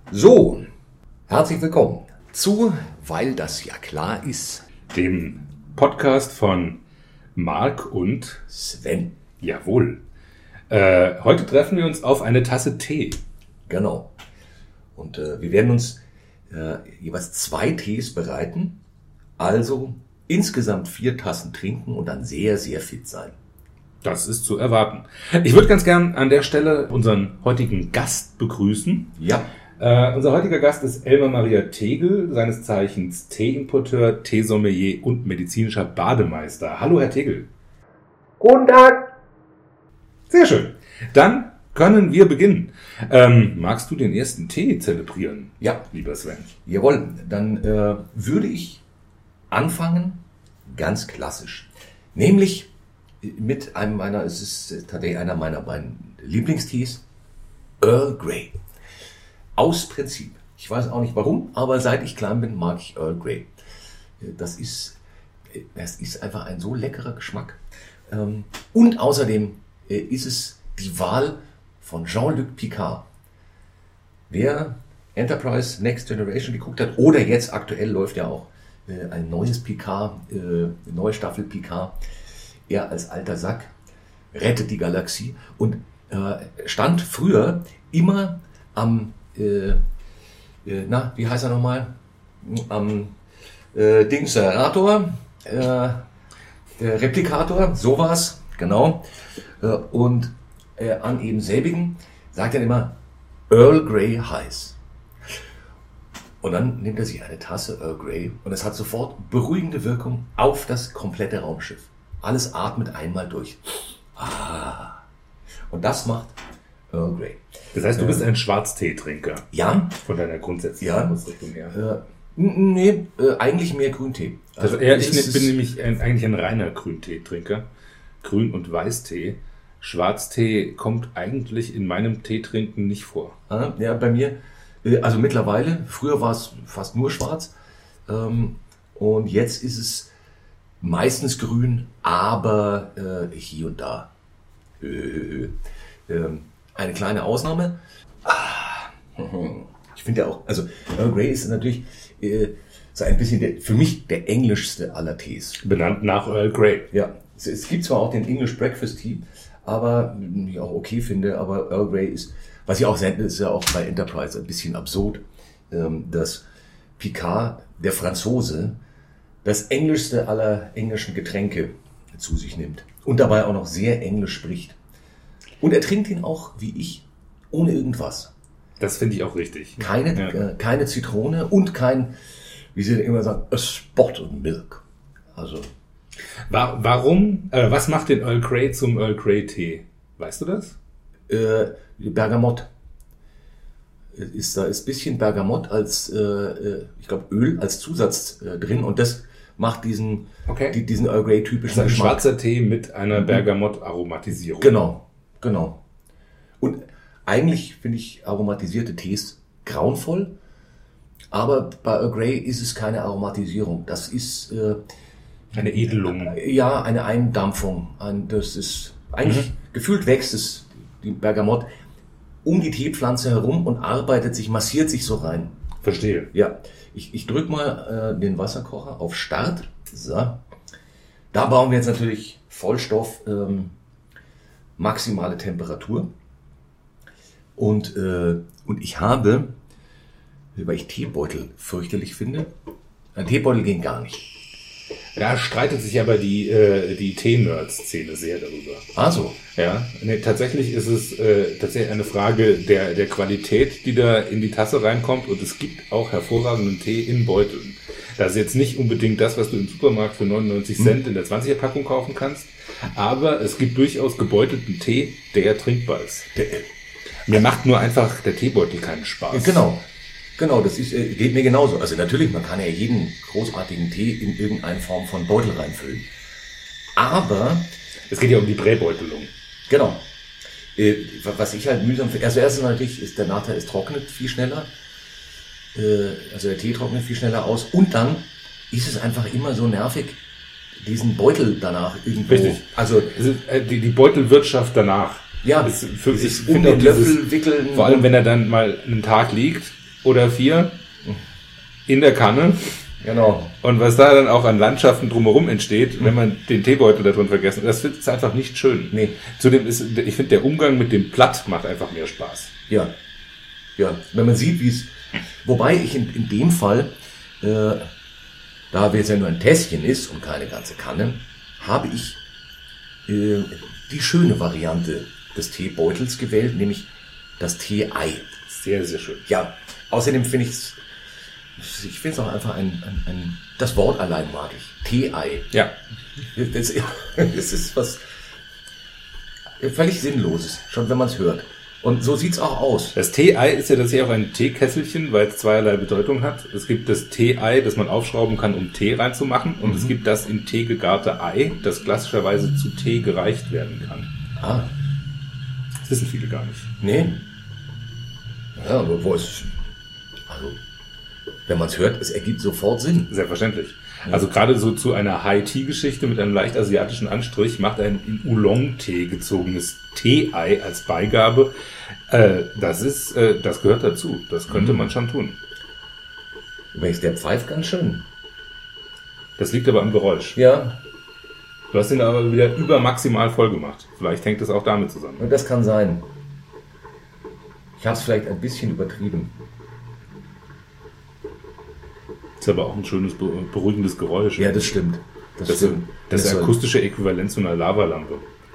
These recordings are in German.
So, herzlich willkommen zu Weil das ja klar ist, dem Podcast von Marc und Sven. Jawohl. Heute treffen wir uns auf eine Tasse Tee. Genau. Und wir werden uns jeweils 2 Tees bereiten, also insgesamt 4 Tassen trinken und dann sehr, sehr fit sein. Das ist zu erwarten. Ich würde ganz gern an der Stelle unseren heutigen Gast begrüßen. Ja. Unser heutiger Gast ist Elmar Maria Tegel, seines Zeichens Teeimporteur, Teesommelier und medizinischer Bademeister. Hallo, Herr Tegel. Guten Tag. Sehr schön. Dann können wir beginnen. Magst du den ersten Tee zelebrieren? Ja. Lieber Sven. Jawohl, dann würde ich anfangen, ganz klassisch. Nämlich mit einem meiner, es ist tatsächlich einer meiner beiden Lieblingstees, Earl Grey. Aus Prinzip. Ich weiß auch nicht warum, aber seit ich klein bin, mag ich Earl Grey. Das ist einfach ein so leckerer Geschmack. Und außerdem ist es die Wahl von Jean-Luc Picard. Wer Enterprise Next Generation geguckt hat, oder jetzt aktuell läuft ja auch ein neues Picard, neue Staffel Picard. Er als alter Sack rettet die Galaxie und stand früher immer am wie heißt er nochmal? Am Dingserator, Replikator, sowas, genau. Und an eben selbigen sagt er immer Earl Grey heiß. Und dann nimmt er sich eine Tasse Earl Grey und es hat sofort beruhigende Wirkung auf das komplette Raumschiff. Alles atmet einmal durch. Und das macht Earl Grey. Das heißt, du bist ein Schwarzteetrinker. Ja. Von deiner grundsätzlichen Ausrichtung her. Nee, eigentlich mehr Grüntee. Also ich bin nämlich eigentlich ein reiner Grünteetrinker. Grün- und Weißtee. Schwarztee kommt eigentlich in meinem Teetrinken nicht vor. Ja, bei mir, also mittlerweile, früher war es fast nur schwarz. Und jetzt ist es meistens grün, aber hier und da. Eine kleine Ausnahme. Ich finde ja auch, also Earl Grey ist natürlich so ein bisschen für mich der englischste aller Tees. Benannt nach Earl Grey. Ja, es gibt zwar auch den English Breakfast Tea, aber ich auch okay finde, aber Earl Grey ist, was ich auch sende, ist ja auch bei Enterprise ein bisschen absurd, dass Picard, der Franzose, das englischste aller englischen Getränke zu sich nimmt und dabei auch noch sehr englisch spricht. Und er trinkt ihn auch, wie ich, ohne irgendwas. Das finde ich auch richtig. Keine Zitrone und kein, wie sie immer sagen, a spot of milk. Also. Warum, was macht den Earl Grey zum Earl Grey Tee? Weißt du das? Bergamott. Da ist ein bisschen Bergamott als, ich glaube, Öl als Zusatz drin und das macht diesen Earl Grey typischen Geschmack. Ein schwarzer Tee mit einer Bergamott-Aromatisierung. Genau. Und eigentlich finde ich aromatisierte Tees grauenvoll, aber bei Earl Grey ist es keine Aromatisierung. Das ist eine Edelung. Ja, eine Eindampfung. Das ist eigentlich gefühlt wächst die Bergamott um die Teepflanze herum und massiert sich so rein. Verstehe. Ja, ich drücke mal den Wasserkocher auf Start. So. Da bauen wir jetzt natürlich Vollstoff, maximale Temperatur. Und ich habe, weil ich Teebeutel fürchterlich finde, Teebeutel gehen gar nicht. Da streitet sich aber die Tee-Nerd-Szene sehr darüber. Ah so. Ja, nee, tatsächlich ist es tatsächlich eine Frage der Qualität, die da in die Tasse reinkommt. Und es gibt auch hervorragenden Tee in Beuteln. Das ist jetzt nicht unbedingt das, was du im Supermarkt für 99 Cent in der 20er-Packung kaufen kannst. Aber es gibt durchaus gebeutelten Tee, der trinkbar ist. Mir macht nur einfach der Teebeutel keinen Spaß. Genau, das geht mir genauso. Also natürlich, man kann ja jeden großartigen Tee in irgendeine Form von Beutel reinfüllen. Aber es geht ja um die Präbeutelung. Genau. Was ich halt mühsam finde, also erstens natürlich ist der Nachteil, es trocknet viel schneller. Also der Tee trocknet viel schneller aus. Und dann ist es einfach immer so nervig, diesen Beutel danach irgendwo. Richtig. Also die Beutelwirtschaft danach. Ja, ist für um den Löffel wickeln. Vor allem, wenn er dann mal einen Tag liegt, oder 4 in der Kanne. Genau. Und was da dann auch an Landschaften drumherum entsteht, wenn man den Teebeutel da drin vergessen, das ist einfach nicht schön. Nee. Zudem ich finde, der Umgang mit dem Blatt macht einfach mehr Spaß. Ja. Ja, wenn man sieht, wie es... Wobei ich in dem Fall, da es ja nur ein Tässchen ist und keine ganze Kanne, habe ich die schöne Variante des Teebeutels gewählt, nämlich das Tee-Ei. Sehr, sehr schön. Ja, außerdem finde ich es auch einfach das Wort allein mag ich. Tee-Ei. Ja. Das ist was völlig Sinnloses, schon wenn man es hört. Und so sieht's auch aus. Das Tee-Ei ist ja tatsächlich auch ein Teekesselchen, weil es zweierlei Bedeutung hat. Es gibt das Tee-Ei, das man aufschrauben kann, um Tee reinzumachen. Und es gibt das in Tee gegarte Ei, das klassischerweise zu Tee gereicht werden kann. Ah. Das wissen viele gar nicht. Nee. Ja, aber also, wenn man es hört, es ergibt sofort Sinn. Selbstverständlich. Also gerade so zu einer High-Tea-Geschichte mit einem leicht asiatischen Anstrich macht ein in Oolong-Tee gezogenes Tee-Ei als Beigabe. Das gehört dazu. Das könnte man schon tun. Übrigens, der pfeift ganz schön. Das liegt aber am Geräusch. Ja, Du hast ihn aber wieder maximal voll gemacht. Vielleicht hängt das auch damit zusammen. und das kann sein. Ich habe es vielleicht ein bisschen übertrieben. Ist aber auch ein schönes, beruhigendes Geräusch. Ja, das stimmt. Das stimmt. das akustische Äquivalent zu einer Lavalampe.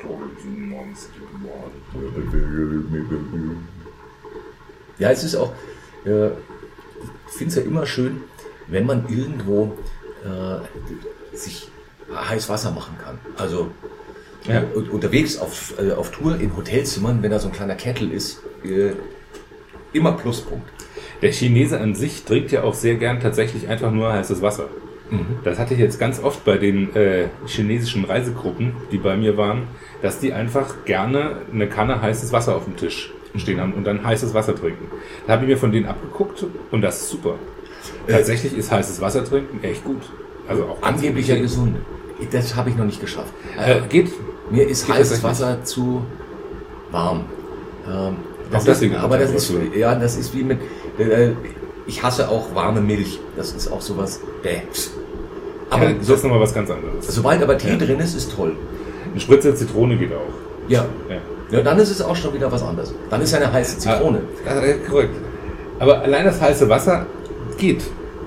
Ja, es ist auch, ich finde es ja immer schön, wenn man irgendwo sich heiß Wasser machen kann. Also Ja. unterwegs auf Tour in Hotelzimmern, wenn da so ein kleiner Kettle ist, immer Pluspunkt. Der Chinese an sich trinkt ja auch sehr gern tatsächlich einfach nur heißes Wasser. Das hatte ich jetzt ganz oft bei den chinesischen Reisegruppen, die bei mir waren, dass die einfach gerne eine Kanne heißes Wasser auf dem Tisch stehen haben und dann heißes Wasser trinken. Da habe ich mir von denen abgeguckt und das ist super. Tatsächlich ist heißes Wasser trinken echt gut. Also auch Angeblich ja gesund. Das habe ich noch nicht geschafft. Geht. Mir ist Geht heißes tatsächlich. Wasser zu warm. Auch deswegen aber das ist, Temperatur. ja, das ist wie mit, ich hasse auch warme Milch. Das ist auch sowas, Aber Aber das ist nochmal was ganz anderes. sobald aber Tee drin ist, ist toll. Ein Spritzer Zitrone geht auch. Ja. Ja. Ja, dann ist es auch schon wieder was anderes. Dann ist eine heiße Zitrone. Korrekt. Aber allein das heiße Wasser geht.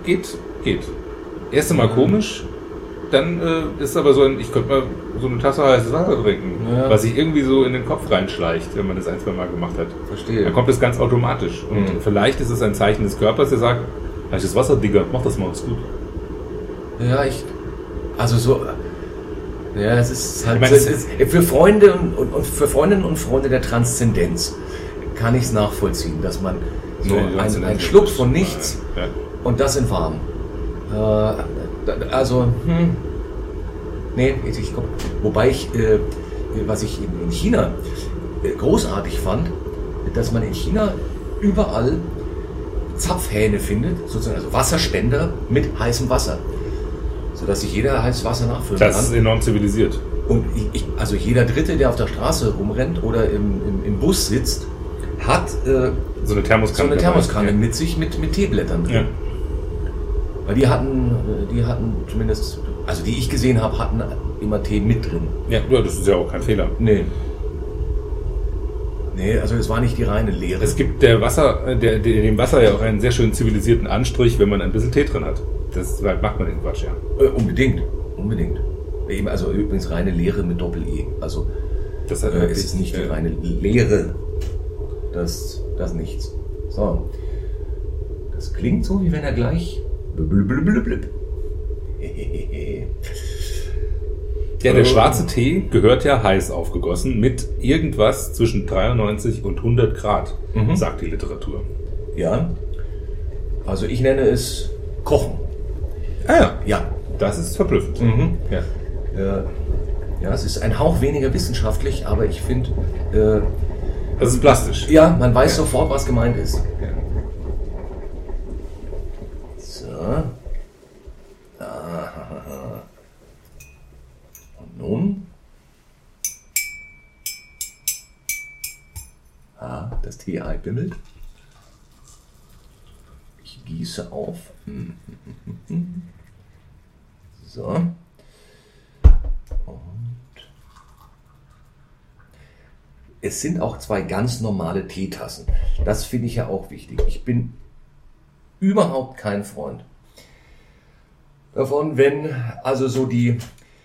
Erst einmal komisch, dann ist aber so ich könnte mal so eine Tasse heißes Wasser trinken, Ja. was sich irgendwie so in den Kopf reinschleicht, wenn man das ein, zwei Mal gemacht hat. Verstehe. Dann kommt es ganz automatisch. Und vielleicht ist es ein Zeichen des Körpers, der sagt, heißes Wasser, Digga, mach das mal, ist gut. Ja, es ist halt Ich meine, es ist, für Freunde und für Freundinnen und Freunde der Transzendenz kann ich es nachvollziehen, dass man so ein Schluck von nichts Ja. und das in warm. Nee, wobei was ich in China großartig fand, dass man in China überall Zapfhähne findet, sozusagen also Wasserspender mit heißem Wasser, sodass sich jeder heißes Wasser nachfüllen Das ist kann. enorm zivilisiert. Und also jeder Dritte, der auf der Straße rumrennt oder im Bus sitzt, hat So eine Thermoskanne. Thermoskanne mit sich mit Teeblättern drin. Ja. Weil die hatten zumindest, also die ich gesehen habe, hatten immer Tee mit drin. Ja, das ist ja auch kein Fehler. Nee, also es war nicht die reine Leere. Es gibt dem Wasser ja auch einen sehr schönen zivilisierten Anstrich, wenn man ein bisschen Tee drin hat. Das macht man den Quatsch, ja. Unbedingt. Eben, also übrigens reine Leere mit Doppel-E. Also Das hat es ist nicht die reine Leere. Das nichts. So. Das klingt so, wie wenn er gleich blub. Ja, der schwarze Tee gehört ja heiß aufgegossen mit irgendwas zwischen 93 und 100 Grad, sagt die Literatur. Ja. Also ich nenne es Kochen. Ja. Das ist verblüffend. Ja. Ja, es ist ein Hauch weniger wissenschaftlich, aber ich finde, Das ist plastisch. ja, man weiß sofort, was gemeint ist. Ja. So. Und nun? Das Tee-Ei bimmelt. gieße auf. So. Und es sind auch 2 ganz normale Teetassen. Das finde ich ja auch wichtig. Ich bin überhaupt kein Freund davon, wenn also so die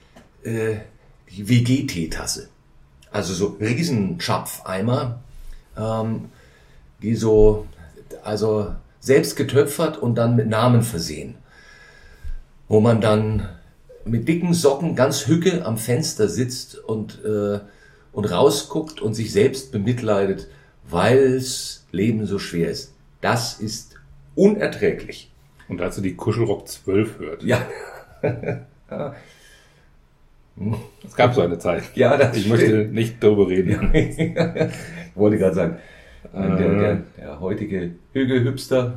WG-Teetasse, also so Riesenschapfeimer, die so, also selbst getöpfert und dann mit Namen versehen, wo man dann mit dicken Socken ganz hücke am Fenster sitzt und rausguckt und sich selbst bemitleidet, weil das Leben so schwer ist. Das ist unerträglich. Und als du die Kuschelrock 12 hört. Ja. Es gab so eine Zeit. Ja, das ich möchte nicht darüber reden. Ich wollte gerade sagen, der heutige Hügel-Hipster,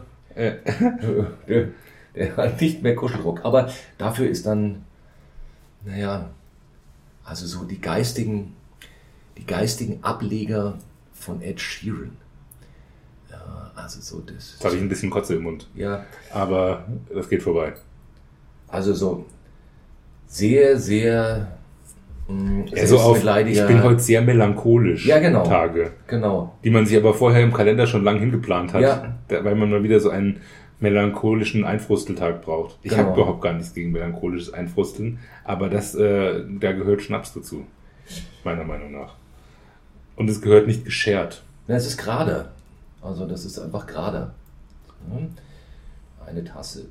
der hat nicht mehr Kuschelrock. Aber dafür ist dann, naja, also so die geistigen Ableger von Ed Sheeran. Ja, also so das. Jetzt habe ich ein bisschen Kotze im Mund. Ja. Aber das geht vorbei. Also so sehr, sehr Also auf, ich bin heute sehr melancholisch. Ja, genau. Tage. Genau. Die man sich aber vorher im Kalender schon lang hingeplant hat. Ja. Weil man mal wieder so einen melancholischen Einfrusteltag braucht. Ich Genau. habe überhaupt gar nichts gegen melancholisches Einfrusteln, aber da gehört Schnaps dazu. Meiner Meinung nach. Und es gehört nicht geschert. Ja, es ist gerade. Also das ist einfach gerade. Eine Tasse.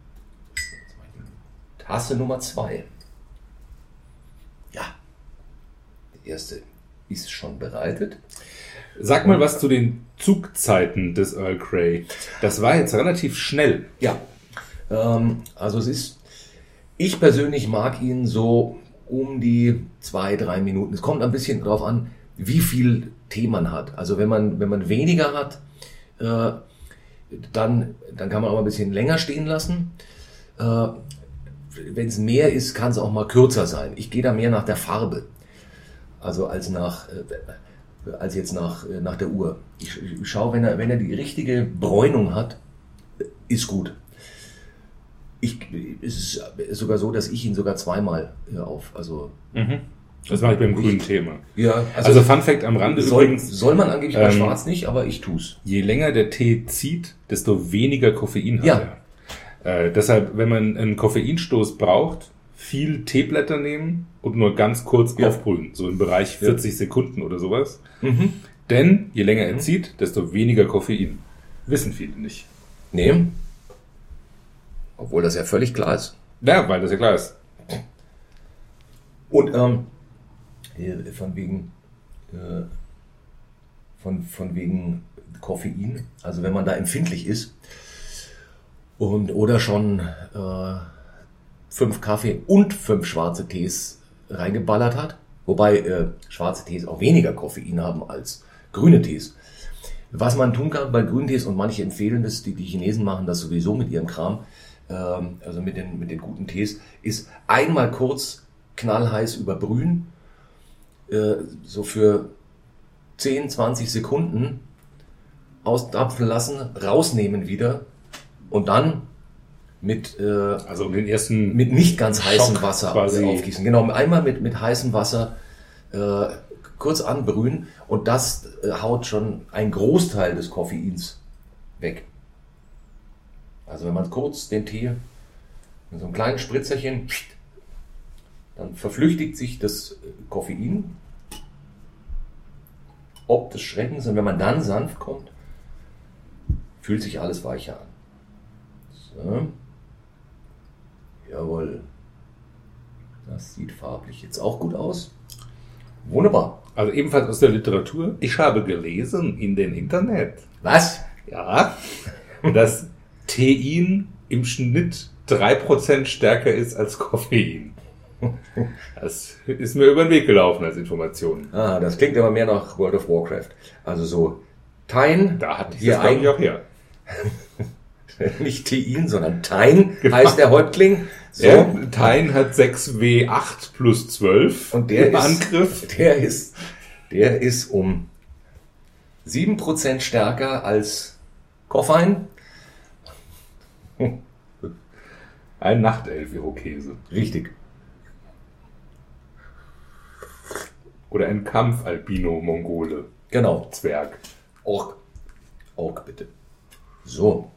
Tasse Nummer 2. Ja. Die erste ist schon bereitet. Sag mal was zu den Zugzeiten des Earl Grey. Das war jetzt relativ schnell. Ja. Also es ist, ich persönlich mag ihn so um die 2-3 Minuten. Es kommt ein bisschen drauf an, wie viel Tee man hat. Also wenn man weniger hat, dann kann man auch ein bisschen länger stehen lassen. Wenn es mehr ist, kann es auch mal kürzer sein. Ich gehe da mehr nach der Farbe, also als jetzt nach der Uhr. Ich schaue, wenn er die richtige Bräunung hat, ist gut. Es ist sogar so, dass ich ihn sogar zweimal Das mache ich beim grünen Thema. Ja, also Fun Fact am Rande übrigens. Soll man angeblich bei Schwarz nicht, aber ich tu's. Je länger der Tee zieht, desto weniger Koffein hat Ja. er. Deshalb, wenn man einen Koffeinstoß braucht, viel Teeblätter nehmen und nur ganz kurz aufbrühen. So im Bereich 40 Sekunden oder sowas. Mhm. Denn je länger er zieht, desto weniger Koffein. Wissen viele nicht. Nee. Obwohl das ja völlig klar ist. Ja, weil das ja klar ist. Und von wegen Koffein, also wenn man da empfindlich ist oder schon 5 Kaffee und 5 schwarze Tees reingeballert hat, wobei schwarze Tees auch weniger Koffein haben als grüne Tees. Was man tun kann bei grünen Tees, und manche empfehlen das, die Chinesen machen das sowieso mit ihrem Kram, also mit den guten Tees, ist einmal kurz knallheiß überbrühen, so für 10, 20 Sekunden ausdampfen lassen, rausnehmen wieder und dann mit nicht ganz heißem Schock Wasser quasi aufgießen. Genau, einmal mit heißem Wasser kurz anbrühen und das haut schon einen Großteil des Koffeins weg. Also wenn man kurz den Tee mit so einem kleinen Spritzerchen, dann verflüchtigt sich das Koffein ob des Schreckens, und wenn man dann sanft kommt, fühlt sich alles weicher an. So. Jawohl. Das sieht farblich jetzt auch gut aus. Wunderbar. Also ebenfalls aus der Literatur. Ich habe gelesen in den Internet. Was? Ja, dass Tein im Schnitt 3% stärker ist als Koffein. Das ist mir über den Weg gelaufen als Information. Ah, das klingt aber mehr nach World of Warcraft. Also so Tein. Da hatte ich hier das, glaube ich, auch her. Nicht Tein, sondern Tein heißt der Häuptling. So. Ja, Tein hat 6W8 plus 12 und der im Angriff. Der ist um 7% stärker als Koffein. Ein Nachtelf-Irokese. Richtig. Oder ein Kampf-Albino-Mongole. Genau. Zwerg. Ork. Ork, bitte. So.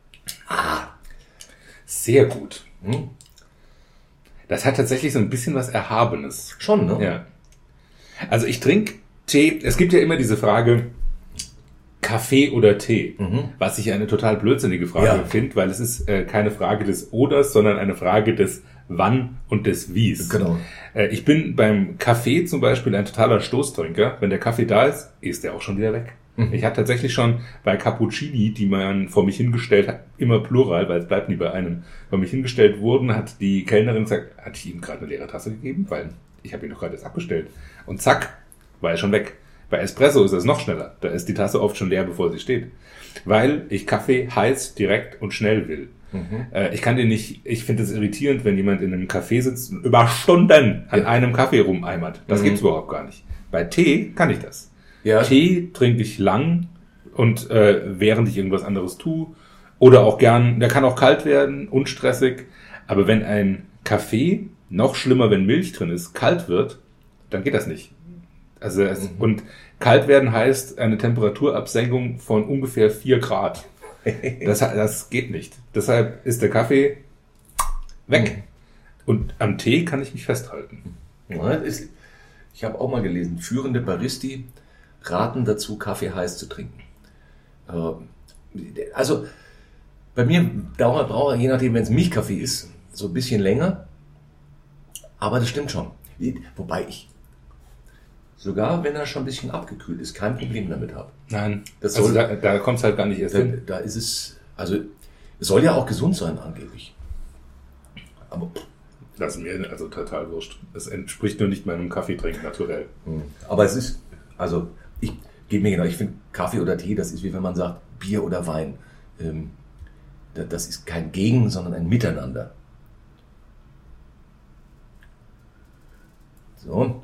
Sehr gut. Hm? Das hat tatsächlich so ein bisschen was Erhabenes. Schon, ne? Ja. Also ich trinke Tee. Es gibt ja immer diese Frage, Kaffee oder Tee, was ich eine total blödsinnige Frage finde, weil es ist keine Frage des Oders, sondern eine Frage des Wann und des Wies. Genau. Ich bin beim Kaffee zum Beispiel ein totaler Stoßtrinker. Wenn der Kaffee da ist der auch schon wieder weg. Ich habe tatsächlich schon bei Cappuccini, die man vor mich hingestellt hat, immer plural, weil es bleibt nie bei einem, vor mich hingestellt wurden, hat die Kellnerin gesagt, hatte ich ihm gerade eine leere Tasse gegeben, weil ich habe ihn doch gerade jetzt abgestellt. Und zack, war er schon weg. Bei Espresso ist es noch schneller. Da ist die Tasse oft schon leer, bevor sie steht. Weil ich Kaffee heiß, direkt und schnell will. Ich kann den nicht, ich finde es irritierend, wenn jemand in einem Café sitzt und über Stunden an einem Kaffee rumeimert. Das gibt's überhaupt gar nicht. Bei Tee kann ich das. Ja. Tee trinke ich lang und während ich irgendwas anderes tue. Oder auch gern, der kann auch kalt werden, unstressig. Aber wenn ein Kaffee, noch schlimmer, wenn Milch drin ist, kalt wird, dann geht das nicht. Also und kalt werden heißt eine Temperaturabsenkung von ungefähr 4 Grad. Das geht nicht. Deshalb ist der Kaffee weg. Und am Tee kann ich mich festhalten. Ja, ich habe auch mal gelesen, führende Baristi raten dazu, Kaffee heiß zu trinken. Also bei mir braucht er, je nachdem, wenn es Milchkaffee ist, so ein bisschen länger. Aber das stimmt schon. Wobei ich, sogar wenn er schon ein bisschen abgekühlt ist, kein Problem damit habe. Nein, Das also soll- da kommt es halt gar nicht erst hin. Da ist es, also es soll ja auch gesund sein angeblich. Aber Das ist mir also total wurscht. Es entspricht nur nicht meinem Kaffeetrinken naturell. Aber es ist, also ich gebe mir genau, ich finde Kaffee oder Tee, das ist wie wenn man sagt Bier oder Wein. Das ist kein Gegen, sondern ein Miteinander. So.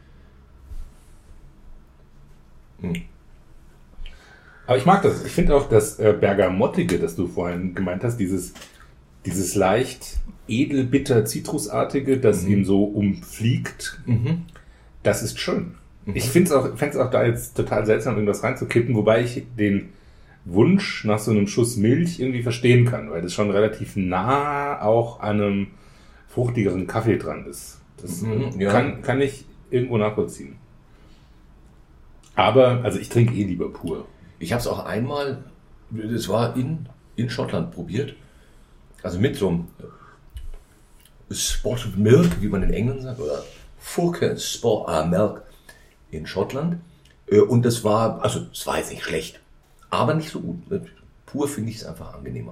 Aber ich mag das. Ich finde auch das Bergamottige, das du vorhin gemeint hast, dieses leicht edelbitter Zitrusartige, das ihn so umfliegt, das ist schön. Ich fänd's auch da jetzt total seltsam, irgendwas reinzukippen, wobei ich den Wunsch nach so einem Schuss Milch irgendwie verstehen kann, weil das schon relativ nah auch an einem fruchtigeren Kaffee dran ist. Das kann ich irgendwo nachvollziehen. Aber, also ich trinke lieber pur. Ich habe es auch einmal, das war in Schottland probiert, also mit so einem Spotted Milk, wie man in England sagt, oder Focke Spotted Milk in Schottland. Und das war, also es war jetzt nicht schlecht, aber nicht so gut. Pur finde ich es einfach angenehmer.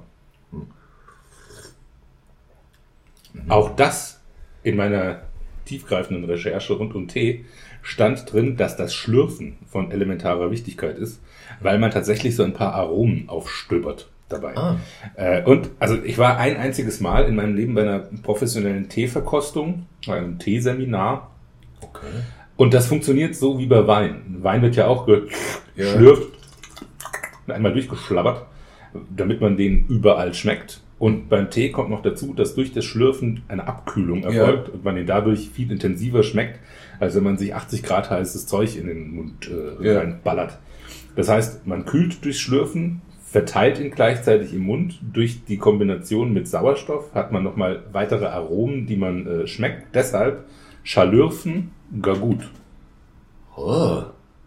Auch das in meiner tiefgreifenden Recherche rund um Tee stand drin, dass das Schlürfen von elementarer Wichtigkeit ist, weil man tatsächlich so ein paar Aromen aufstöbert dabei. Und also ich war ein einziges Mal in meinem Leben bei einer professionellen Teeverkostung, bei einem Teeseminar. Okay. Und das funktioniert so wie bei Wein. Wein wird ja auch geschlürft, einmal durchgeschlabbert, damit man den überall schmeckt. Und beim Tee kommt noch dazu, dass durch das Schlürfen eine Abkühlung erfolgt und man den dadurch viel intensiver schmeckt, als wenn man sich 80 Grad heißes Zeug in den Mund reinballert. Das heißt, man kühlt durchs Schlürfen, verteilt ihn gleichzeitig im Mund. Durch die Kombination mit Sauerstoff hat man nochmal weitere Aromen, die man schmeckt. Deshalb Schalürfen gar gut. Oh.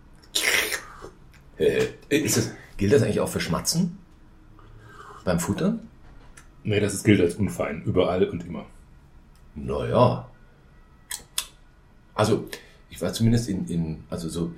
Gilt das eigentlich auch für Schmatzen? Beim Futtern? Nee, das gilt als unfein, überall und immer. Naja. Also, ich war zumindest also so,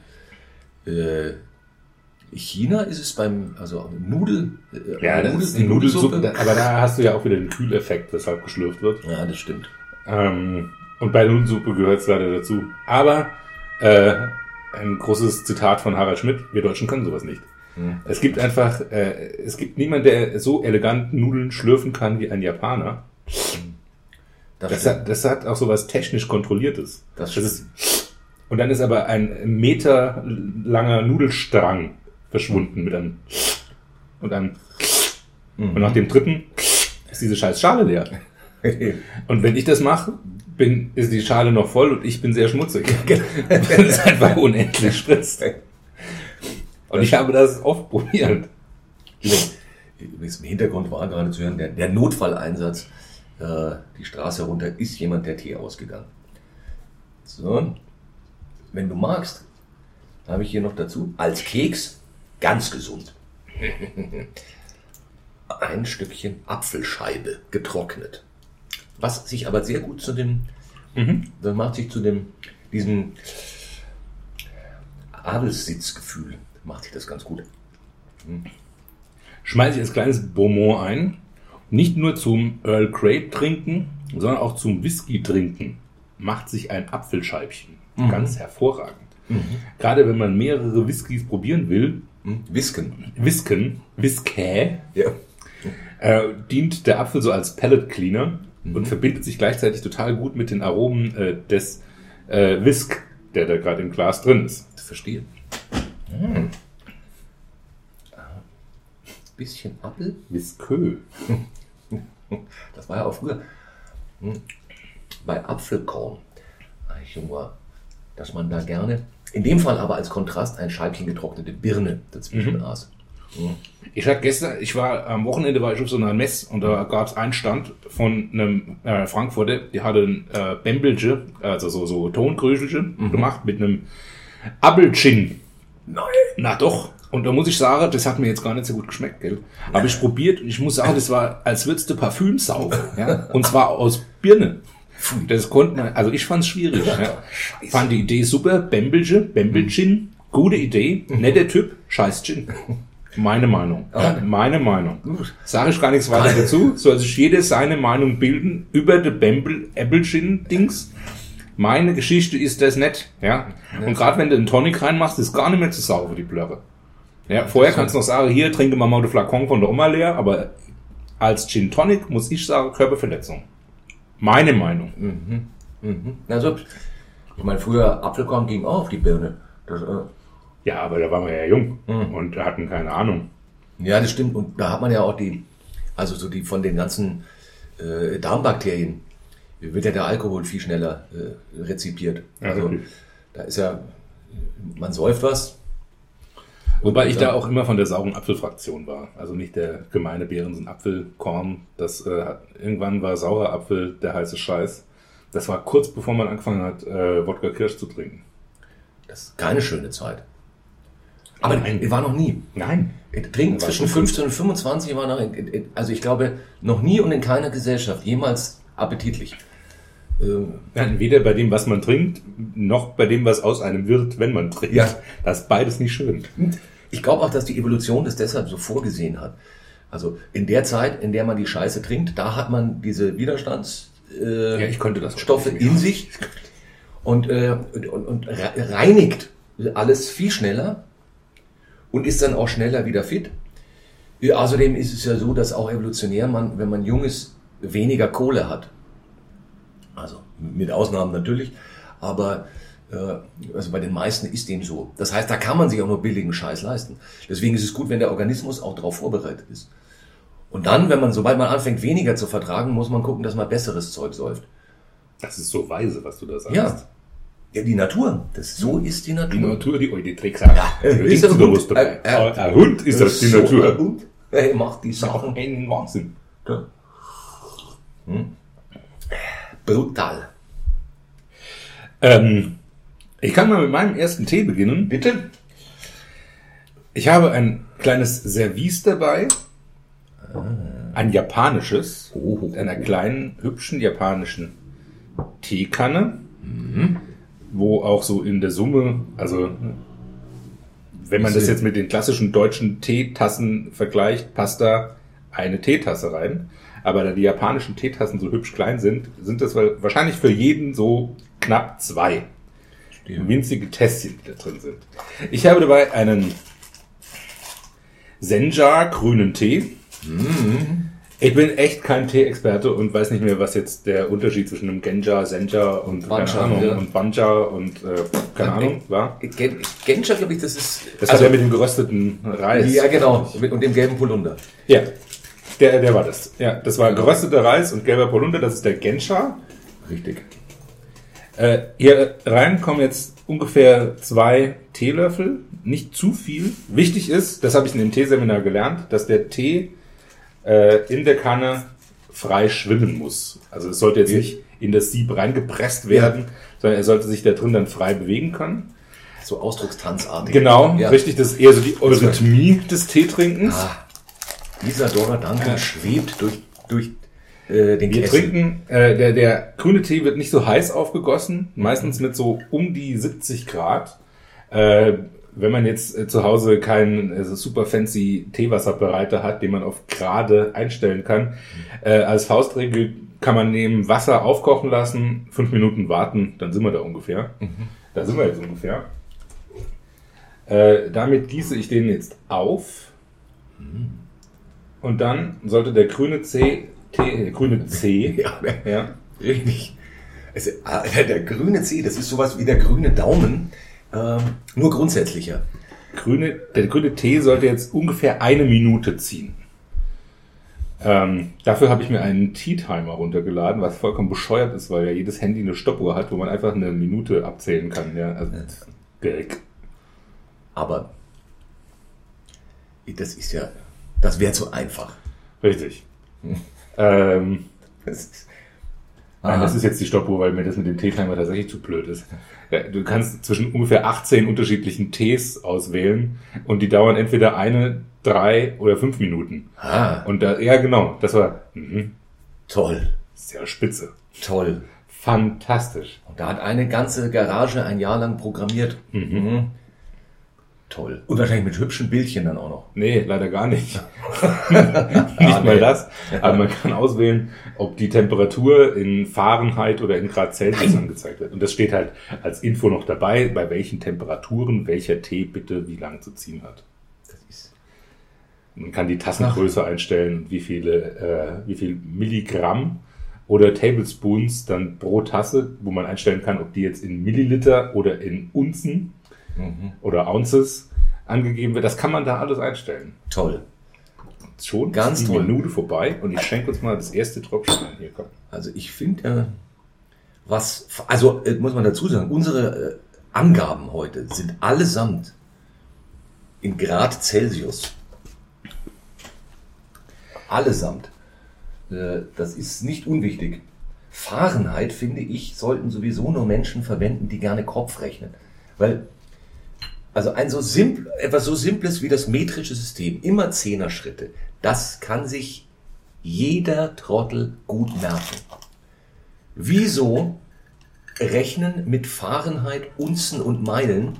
China ist es beim, also Nudel, Das ist die Nudelsuppe, aber da hast du ja auch wieder den Kühleffekt, weshalb geschlürft wird. Ja, das stimmt. Und bei der Nudelsuppe gehört es leider dazu. Aber ein großes Zitat von Harald Schmidt, wir Deutschen können sowas nicht. Es gibt einfach, es gibt niemanden, der so elegant Nudeln schlürfen kann wie ein Japaner. Das hat auch sowas technisch Kontrolliertes. Das ist, und dann ist aber ein Meter langer Nudelstrang verschwunden mit einem und nach dem dritten ist diese scheiß Schale leer. Und wenn ich das mache, ist die Schale noch voll und ich bin sehr schmutzig. Weil es einfach unendlich spritzt. Und ich habe das oft probiert. Übrigens im Hintergrund war gerade zu hören, der Notfalleinsatz, die Straße runter, ist jemand der Tee ausgegangen. So, wenn du magst, habe ich hier noch dazu, als Keks, ganz gesund, ein Stückchen Apfelscheibe getrocknet. Was sich aber sehr gut zu dem, das macht sich zu diesem Adelssitzgefühl, macht sich das ganz gut. Schmeiße ich als kleines Bonbon ein. Nicht nur zum Earl Grey trinken, sondern auch zum Whisky trinken macht sich ein Apfelscheibchen ganz hervorragend. Gerade wenn man mehrere Whiskys probieren will, Whisky, Ja. Dient der Apfel so als Palate Cleaner und verbindet sich gleichzeitig total gut mit den Aromen des Whisk, der da gerade im Glas drin ist. Verstehe. Bisschen Apfel. Whiskö. Das war ja auch früher bei Apfelkorn. Ich jung war, dass man da gerne, in dem Fall aber als Kontrast, ein Scheibchen getrocknete Birne dazwischen aß. Ich war am Wochenende war ich auf so einer Messe und da gab es einen Stand von einem Frankfurter, die hatten Bembelche, also so Tonkröselche gemacht mit einem Apfelgin. Nein. Na doch. Und da muss ich sagen, das hat mir jetzt gar nicht so gut geschmeckt, gell? Habe ich probiert und ich muss sagen, das war, als würdest du Parfüm saugen, ja? Und zwar aus Birne. Das konnte man, also ich fand's schwierig, ja? Fand die Idee super, Bembelgin, gute Idee, netter Typ, scheiß Gin. Meine Meinung. Ja, meine Meinung. Sage ich gar nichts weiter dazu. Soll sich jeder seine Meinung bilden über die Bembel-Apple-Gin-Dings. Meine Geschichte ist das nicht. Ja? Und gerade wenn du einen Tonic reinmachst, ist gar nicht mehr zu sauber, die Blöre. Ja, vorher kannst du noch sagen, hier, trinke mal den Flakon von der Oma leer, aber als Gin Tonic muss ich sagen, Körperverletzung. Meine Meinung. Also, ich meine, früher Apfelkorn ging auch auf die Birne. Das, ja, aber da waren wir ja jung und hatten keine Ahnung. ja, das stimmt. Und da hat man ja auch also so die von den ganzen Darmbakterien, wird ja der Alkohol viel schneller rezipiert. Also, wirklich. da ist ja, man säuft was. Wobei ich da auch immer von der sauren Apfelfraktion war. Also nicht der gemeine Beerensen Apfelkorn. Irgendwann war saurer Apfel der heiße Scheiß. Das war kurz bevor man angefangen hat, Wodka Kirsch zu trinken. Das ist keine schöne Zeit. Aber Nein. war noch nie. Nein. Trinken zwischen 15 und 25 war noch, also ich glaube, noch nie und in keiner Gesellschaft jemals appetitlich. Ja, weder bei dem, was man trinkt, noch bei dem, was aus einem wird, wenn man trinkt. Ja. Das ist beides nicht schön. Ich glaube auch, dass die Evolution das deshalb so vorgesehen hat. Also in der Zeit, in der man die Scheiße trinkt, da hat man diese Ich könnte das Stoffe in sich und reinigt alles viel schneller und ist dann auch schneller wieder fit. Außerdem ist es ja so, dass auch evolutionär wenn man jung ist, weniger Kohle hat. Also mit Ausnahmen natürlich, aber also bei den meisten ist dem so. Das heißt, da kann man sich auch nur billigen Scheiß leisten. Deswegen ist es gut, wenn der Organismus auch darauf vorbereitet ist. Und dann, sobald man anfängt, weniger zu vertragen, muss man gucken, dass man besseres Zeug säuft. Das ist so weise, was du da sagst. Ja, die Natur. So ist die Natur. Die Natur, die Trickser. Ist ein Hund. Ein Hund ist das die so Natur. Ein Hund. Er macht die Sachen. Ein Wahnsinn. Ja. Brutal. Ich kann mal mit meinem ersten Tee beginnen. Bitte? Ich habe ein kleines Service dabei. Ein japanisches. Mit einer kleinen, hübschen japanischen Teekanne. Wo auch so in der Summe, also wenn man das jetzt mit den klassischen deutschen Teetassen vergleicht, passt da eine Teetasse rein. Aber da die japanischen Teetassen so hübsch klein sind, sind das wahrscheinlich für jeden so knapp 2 winzige Tässchen, die da drin sind. Ich habe dabei einen Senja grünen Tee. Ich bin echt kein Tee-Experte und weiß nicht mehr, was jetzt der Unterschied zwischen einem Genja, Senja und Banja, keine Ahnung, ja. und Banja und keine Ahnung war. Genja, glaube ich, das ist... Das hat ja mit dem gerösteten Reis. Ja, genau. Und dem gelben Polunder. Ja. Der war das. Ja, das war gerösteter Reis und gelber Polunder, das ist der Gensha. Richtig. Hier rein kommen jetzt ungefähr 2 Teelöffel, nicht zu viel. Wichtig ist, das habe ich in dem Teeseminar gelernt, dass der Tee in der Kanne frei schwimmen muss. Also es sollte jetzt nicht in das Sieb reingepresst werden, sondern er sollte sich da drin dann frei bewegen können. So Ausdruckstanzartig. Genau, richtig, das ist eher so die Eurythmie des Teetrinkens. Isadora Duncan schwebt durch den Wir Kessel. trinken, der grüne Tee wird nicht so heiß aufgegossen, meistens mit so um die 70 Grad. Wenn man jetzt zu Hause keinen super fancy Teewasserbereiter hat, den man auf gerade einstellen kann, als Faustregel kann man nehmen, Wasser aufkochen lassen, 5 Minuten warten, dann sind wir da ungefähr. Da sind wir jetzt ungefähr. Damit gieße ich den jetzt auf. Und dann sollte der grüne C, ja. Richtig. Der grüne Zeh, das ist sowas wie der grüne Daumen, nur grundsätzlicher. Der grüne Tee sollte jetzt ungefähr 1 Minute ziehen. Dafür habe ich mir einen Tea-Timer runtergeladen, was vollkommen bescheuert ist, weil ja jedes Handy eine Stoppuhr hat, wo man einfach 1 Minute abzählen kann. Ja, also, Aber das wäre zu einfach. Richtig. Nein, das ist jetzt die Stoppuhr, weil mir das mit dem Teetimer tatsächlich zu blöd ist. Ja, du kannst zwischen ungefähr 18 unterschiedlichen Tees auswählen und die dauern entweder 1, 3 oder 5 Minuten. Und genau, das war Toll. sehr spitze. Toll. Fantastisch. Und da hat eine ganze Garage ein Jahr lang programmiert. Toll. Und wahrscheinlich mit hübschen Bildchen dann auch noch. Nee, leider gar nicht. Nicht mal das. Aber man kann auswählen, ob die Temperatur in Fahrenheit oder in Grad Celsius angezeigt wird. Und das steht halt als Info noch dabei, bei welchen Temperaturen welcher Tee bitte wie lang zu ziehen hat. Man kann die Tassengröße einstellen, wie viel Milligramm oder Tablespoons dann pro Tasse, wo man einstellen kann, ob die jetzt in Milliliter oder in Unzen oder Ounces angegeben wird. Das kann man da alles einstellen. Toll. Schon Ganz ist die toll. Minute vorbei und ich schenke uns mal das erste Tröpfchen an. Hier, komm. Also ich finde, muss man dazu sagen, unsere Angaben heute sind allesamt in Grad Celsius. Allesamt. Das ist nicht unwichtig. Fahrenheit, finde ich, sollten sowieso nur Menschen verwenden, die gerne Kopf rechnen. Weil, also etwas so Simples wie das metrische System, immer 10er-Schritte, das kann sich jeder Trottel gut merken. Wieso rechnen mit Fahrenheit, Unzen und Meilen,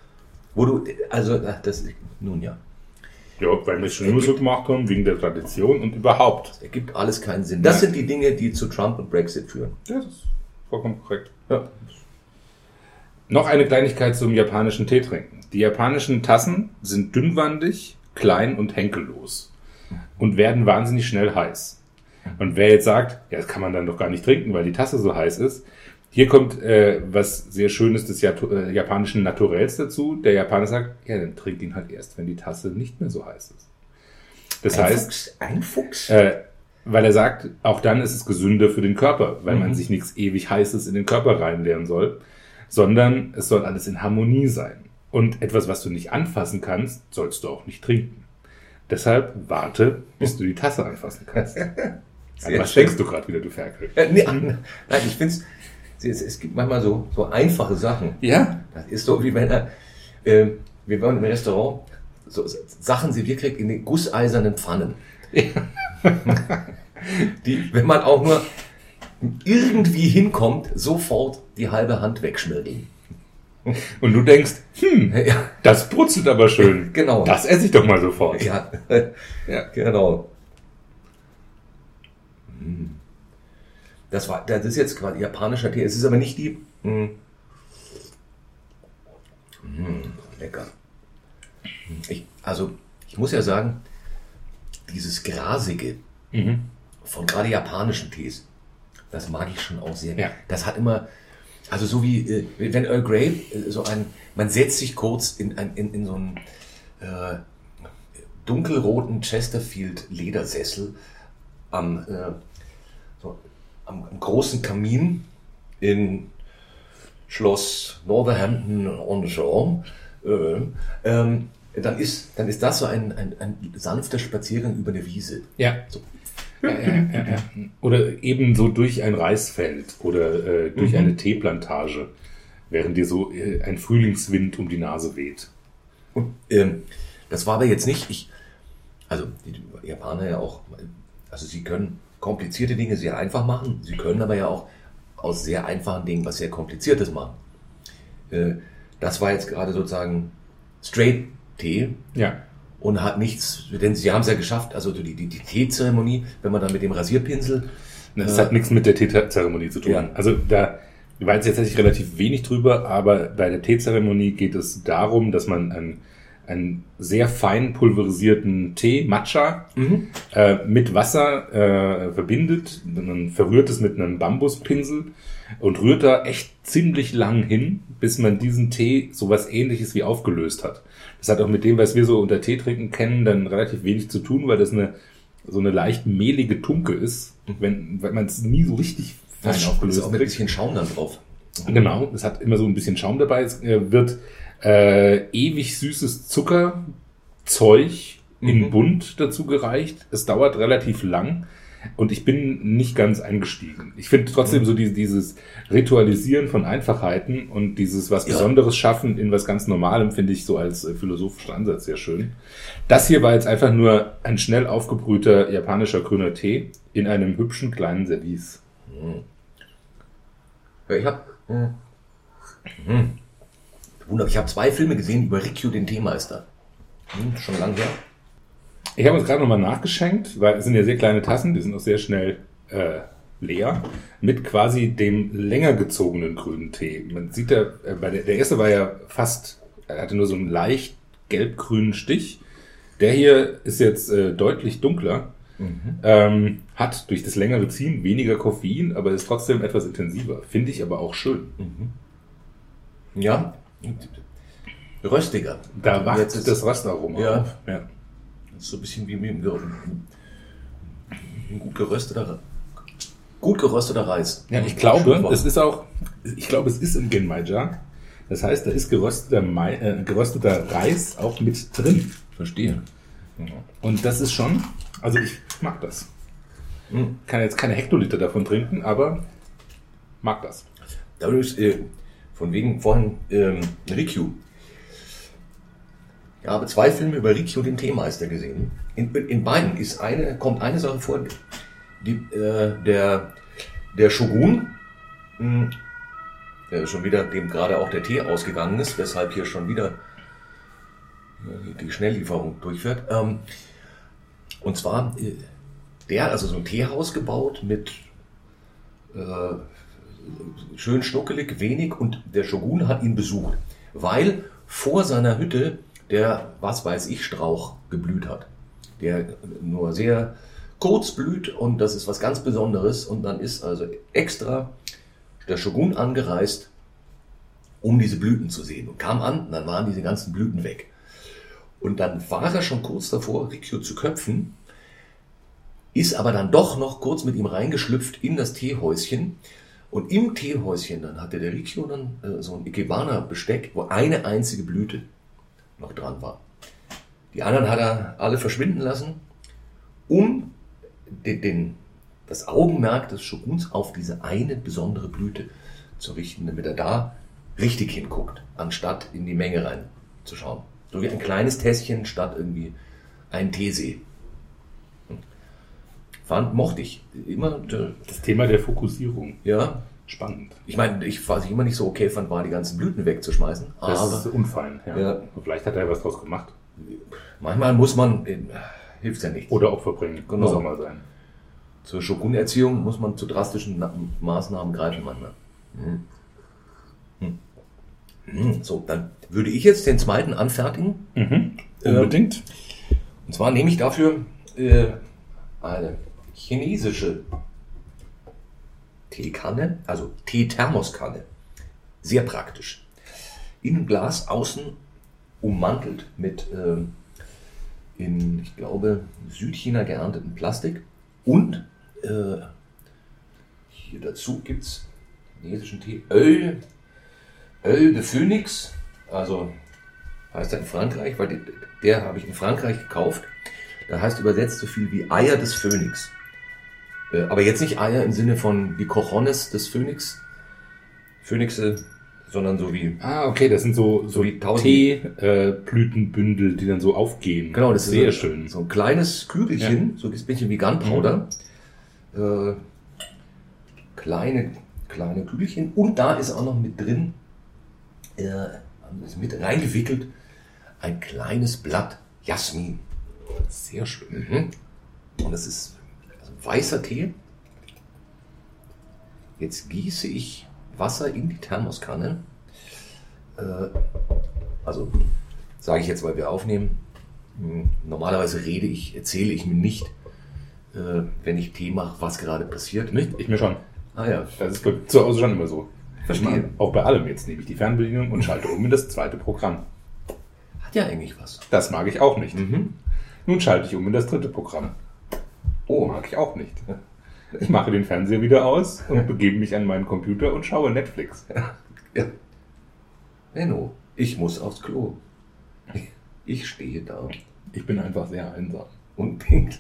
nun ja. Ja, weil wir es schon immer so gemacht haben, wegen der Tradition und überhaupt. Das ergibt alles keinen Sinn. Das sind die Dinge, die zu Trump und Brexit führen. Ja, das ist vollkommen korrekt. Ja. Noch eine Kleinigkeit zum japanischen Teetrinken. Die japanischen Tassen sind dünnwandig, klein und henkellos und werden wahnsinnig schnell heiß. Und wer jetzt sagt, ja, das kann man dann doch gar nicht trinken, weil die Tasse so heiß ist, hier kommt was sehr Schönes des japanischen Naturells dazu. Der Japaner sagt, ja, dann trink ihn halt erst, wenn die Tasse nicht mehr so heiß ist. Das heißt, ein Fuchs? weil er sagt, auch dann ist es gesünder für den Körper, weil man sich nichts ewig Heißes in den Körper reinleeren soll, sondern es soll alles in Harmonie sein. Und etwas, was du nicht anfassen kannst, sollst du auch nicht trinken. Deshalb warte, bis du die Tasse anfassen kannst. Was denkst du gerade wieder, du Ferkel? Nein, ich finde es gibt manchmal so einfache Sachen. Ja. Das ist so, wie wenn wir waren im Restaurant, so Sachen serviert kriegt in den gusseisernen Pfannen. Ja. Die, wenn man auch nur irgendwie hinkommt, sofort die halbe Hand wegschmirgeln. Und du denkst, Ja, das brutzelt aber schön. Genau. Das esse ich doch mal sofort. ja, Ja. genau. Das ist jetzt quasi japanischer Tee. Es ist aber nicht die. Lecker. Ich muss ja sagen, dieses Grasige von gerade japanischen Tees, das mag ich schon auch sehr. Ja. Das hat immer, also so wie, wenn Earl Grey, man setzt sich kurz in so einen dunkelroten Chesterfield Ledersessel am großen Kamin in Schloss Northampton-on-Shore, dann ist das so ein sanfter Spaziergang über eine Wiese. Ja. So. Ja. Oder ebenso durch ein Reisfeld oder durch eine Teeplantage, während dir so ein Frühlingswind um die Nase weht. Und das war aber jetzt nicht, die Japaner ja auch, also sie können komplizierte Dinge sehr einfach machen, sie können aber ja auch aus sehr einfachen Dingen was sehr Kompliziertes machen. Das war jetzt gerade sozusagen Straight Tee. Ja. Und hat nichts, denn sie haben es ja geschafft, also die Teezeremonie, wenn man dann mit dem Rasierpinsel... Das hat nichts mit der Teezeremonie zu tun. Ja. Also da weiß jetzt tatsächlich relativ wenig drüber, aber bei der Teezeremonie geht es darum, dass man einen sehr fein pulverisierten Tee, Matcha, mit Wasser verbindet. Man verrührt es mit einem Bambuspinsel und rührt da echt ziemlich lang hin, bis man diesen Tee sowas Ähnliches wie aufgelöst hat. Das hat auch mit dem, was wir so unter Tee trinken kennen, dann relativ wenig zu tun, weil das so eine leicht mehlige Tunke ist, weil man es nie so richtig fein aufgelöst hat. Auch mit ein bisschen Schaum dann drauf. Genau, es hat immer so ein bisschen Schaum dabei. Es wird ewig süßes Zuckerzeug in Bund dazu gereicht. Es dauert relativ lang. Und ich bin nicht ganz eingestiegen. Ich finde trotzdem so dieses Ritualisieren von Einfachheiten und dieses was Besonderes schaffen in was ganz Normalem, finde ich so als philosophischer Ansatz sehr schön. Das hier war jetzt einfach nur ein schnell aufgebrühter japanischer grüner Tee in einem hübschen kleinen Service. Ja, ich habe 2 Filme gesehen über Rikyu, den Teemeister. Schon lange her. Ich habe uns gerade nochmal nachgeschenkt, weil es sind ja sehr kleine Tassen, die sind auch sehr schnell leer, mit quasi dem länger gezogenen grünen Tee. Man sieht da, der erste war ja er hatte nur so einen leicht gelb-grünen Stich. Der hier ist jetzt deutlich dunkler, hat durch das längere Ziehen weniger Koffein, aber ist trotzdem etwas intensiver. Finde ich aber auch schön. Ja, röstiger. Da wacht jetzt das Röstaroma auf. Ja. Das ist so ein bisschen wie ein gut gerösteter Reis. Ja, ich glaube, es ist im Genmaija. Das heißt, da ist gerösteter Reis auch mit drin. Verstehe. Und das ist schon, also ich mag das. Kann jetzt keine Hektoliter davon trinken, aber mag das. Da ist von wegen vorhin Rikyu. Ich habe 2 Filme über Rikyu, den Teemeister, gesehen. In beiden kommt eine Sache vor, der Shogun, schon wieder dem gerade auch der Tee ausgegangen ist, weshalb hier schon wieder die Schnelllieferung durchfährt. Und zwar, der hat also so ein Teehaus gebaut mit schön schnuckelig, wenig, und der Shogun hat ihn besucht, weil vor seiner Hütte der, was weiß ich, Strauch geblüht hat. Der nur sehr kurz blüht und das ist was ganz Besonderes. Und dann ist also extra der Shogun angereist, um diese Blüten zu sehen. Und kam an, dann waren diese ganzen Blüten weg. Und dann war er schon kurz davor, Rikyu zu köpfen, ist aber dann doch noch kurz mit ihm reingeschlüpft in das Teehäuschen. Und im Teehäuschen dann hatte der Rikyu dann so ein Ikebana-Besteck, wo eine einzige Blüte noch dran war. Die anderen hat er alle verschwinden lassen, um das Augenmerk des Shoguns auf diese eine besondere Blüte zu richten, damit er da richtig hinguckt, anstatt in die Menge reinzuschauen. So wie ein kleines Tässchen statt irgendwie ein Teesee. Mochte ich. Immer das Thema der Fokussierung. Ja. Spannend. Ich meine, was ich immer nicht so okay fand, war die ganzen Blüten wegzuschmeißen. Das ist unfein. Ja. Vielleicht hat er was draus gemacht. Manchmal muss man, hilft ja nicht. Oder Opfer bringen. Genau. Muss auch mal sein. Zur Shogun-Erziehung muss man zu drastischen Maßnahmen greifen manchmal. So, dann würde ich jetzt den zweiten anfertigen. Unbedingt. Und zwar nehme ich dafür eine chinesische Teekanne, also Teethermoskanne. Sehr praktisch. Innen Glas, außen ummantelt mit ich glaube, Südchina geernteten Plastik. Und hier dazu gibt es chinesischen Tee, Öl de Phoenix, also heißt er in Frankreich, weil der habe ich in Frankreich gekauft. Da heißt übersetzt so viel wie Eier des Phönix. Aber jetzt nicht Eier im Sinne von die Cojones des Phönix, Phönixe, sondern so wie... Okay, das sind so wie Teeblütenbündel, die dann so aufgehen. Genau, das ist sehr so, schön. So ein kleines Kügelchen, so ein bisschen wie Gunpowder. Kleine Kügelchen. Und da ist auch noch mit drin, ist mit reingewickelt, ein kleines Blatt Jasmin. Sehr schön. Und das ist also weißer Tee. Jetzt gieße ich Wasser in die Thermoskanne. Also sage ich jetzt, weil wir aufnehmen. Normalerweise erzähle ich mir nicht, wenn ich Tee mache, was gerade passiert. Nicht? Ich mir schon. Ah ja. Das ist zu Hause schon immer so. Verstehe. Auch bei allem. Jetzt nehme ich die Fernbedienung und schalte um in das zweite Programm. Hat ja eigentlich was. Das mag ich auch nicht. Nun schalte ich um in das dritte Programm. Oh, Mag ich auch nicht. Ich mache den Fernseher wieder aus und begebe mich an meinen Computer und schaue Netflix. ja. Benno, ich muss aufs Klo. Ich stehe da. Ich bin einfach sehr einsam. Und pinkt.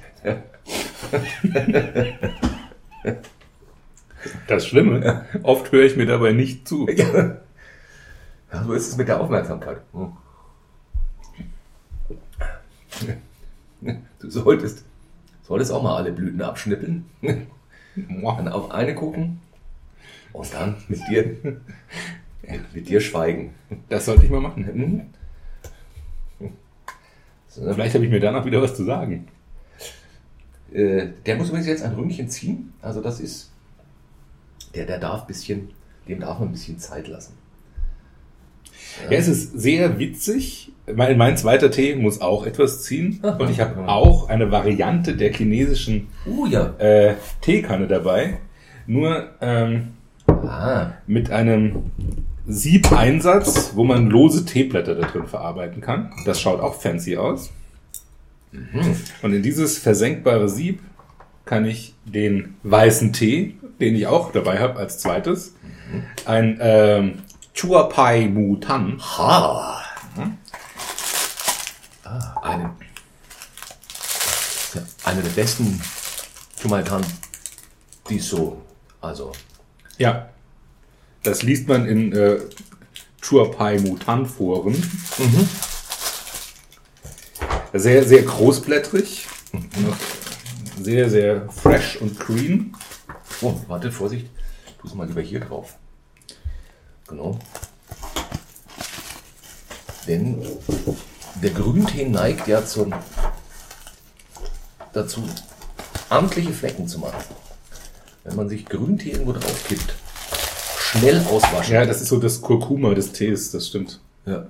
Das Schlimme, oft höre ich mir dabei nicht zu. Ja, so ist es mit der Aufmerksamkeit. Du solltest auch mal alle Blüten abschnippeln, dann auf eine gucken und dann mit dir schweigen. Das sollte ich mal machen. So. Vielleicht habe ich mir danach wieder was zu sagen. Der muss übrigens jetzt ein Ründchen ziehen. Also das ist, dem darf man ein bisschen Zeit lassen. Ja, es ist sehr witzig. Mein zweiter Tee muss auch etwas ziehen. Aha. Und ich habe auch eine Variante der chinesischen Teekanne dabei. Nur mit einem Siebeinsatz, wo man lose Teeblätter da drin verarbeiten kann. Das schaut auch fancy aus. Und in dieses versenkbare Sieb kann ich den weißen Tee, den ich auch dabei habe als zweites, ein Chua Pai Mu Tan. Eine der besten Jumaikan, die so, also. Ja, das liest man in Chua Pai Mu Tan Foren. Sehr, sehr großblättrig. Sehr, sehr fresh und green. Oh, warte, Vorsicht. Tu es mal lieber hier drauf. Genau. Denn der Grüntee neigt ja dazu, amtliche Flecken zu machen. Wenn man sich Grüntee irgendwo drauf kippt, schnell auswaschen. Ja, das ist so das Kurkuma des Tees, das stimmt. Ja.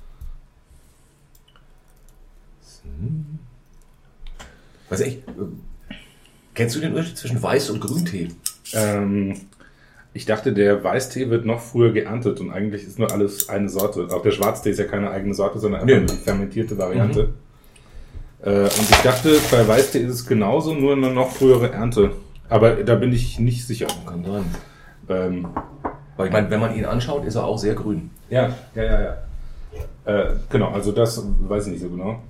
Weiß ich, kennst du den Unterschied zwischen Weiß- und Grüntee? Ich dachte, der Weißtee wird noch früher geerntet und eigentlich ist nur alles eine Sorte. Auch der Schwarztee ist ja keine eigene Sorte, sondern einfach die fermentierte Variante. Und ich dachte, bei Weißtee ist es genauso, nur eine noch frühere Ernte. Aber da bin ich nicht sicher. Kann sein. Weil ich meine, wenn man ihn anschaut, ist er auch sehr grün. Ja. Genau, also das weiß ich nicht so genau.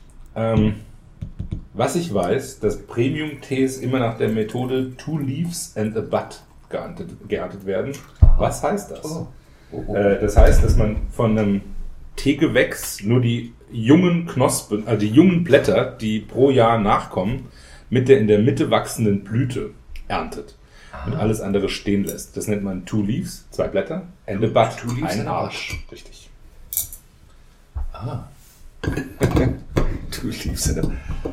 Was ich weiß, dass Premium-Tees immer nach der Methode Two Leaves and a Bud geerntet werden. Was heißt das? Das heißt, dass man von einem Teegewächs nur die jungen Knospen, also die jungen Blätter, die pro Jahr nachkommen, mit der in der Mitte wachsenden Blüte erntet. Und alles andere stehen lässt. Das nennt man Two Leaves, 2 Blätter, and a Bud, Two Leaves ein and a Arsch. Richtig. Two Leaves and a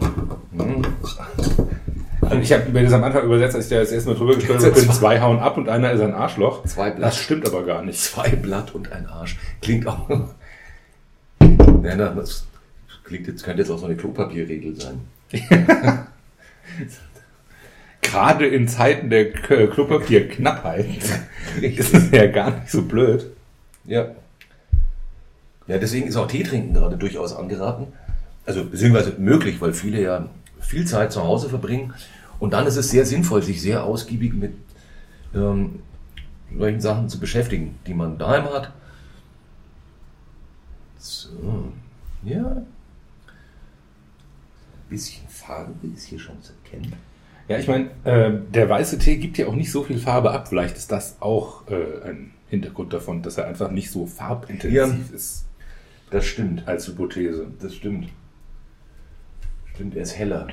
Also ich habe mir das am Anfang übersetzt, als ich da das erste Mal drüber gestolpert bin, 2 hauen ab und einer ist ein Arschloch. 2 Blatt. Das stimmt aber gar nicht. 2 Blatt und ein Arsch. Klingt auch. Ja, das klingt jetzt, könnte jetzt auch so eine Klopapierregel sein. Gerade in Zeiten der Klopapierknappheit ist es ja gar nicht so blöd. Ja. Ja, deswegen ist auch Tee trinken gerade durchaus angeraten. Also, beziehungsweise möglich, weil viele ja viel Zeit zu Hause verbringen Und dann ist es sehr sinnvoll, sich sehr ausgiebig mit solchen Sachen zu beschäftigen, die man daheim hat. So, ja. Ein bisschen Farbe ist hier schon zu erkennen. Ja, ich meine, der weiße Tee gibt ja auch nicht so viel Farbe ab. Vielleicht ist das auch ein Hintergrund davon, dass er einfach nicht so farbintensiv ist. Das stimmt. Als Hypothese. Das stimmt. Stimmt, er ist heller.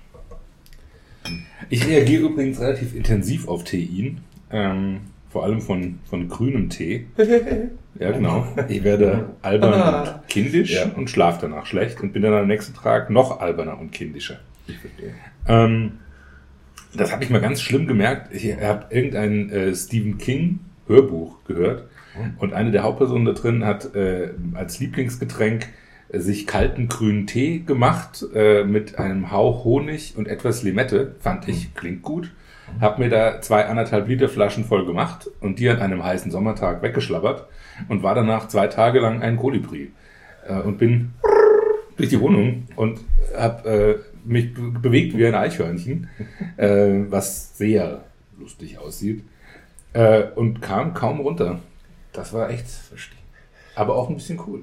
Ich reagiere übrigens relativ intensiv auf Tein. Vor allem von grünem Tee. Ja, genau. Ich werde albern und kindisch und schlafe danach schlecht und bin dann am nächsten Tag noch alberner und kindischer. Ich verstehe. Das habe ich mal ganz schlimm gemerkt. Ich habe irgendein Stephen King Hörbuch gehört und eine der Hauptpersonen da drin hat als Lieblingsgetränk sich kalten grünen Tee gemacht mit einem Hauch Honig und etwas Limette. Fand ich, klingt gut. Hab mir da 2,5 Liter Flaschen voll gemacht und die an einem heißen Sommertag weggeschlabbert und war danach 2 Tage lang ein Kolibri. Und bin durch die Wohnung und habe mich bewegt wie ein Eichhörnchen, was sehr lustig aussieht. Und kam kaum runter. Das war echt verstehen. Aber auch ein bisschen cool.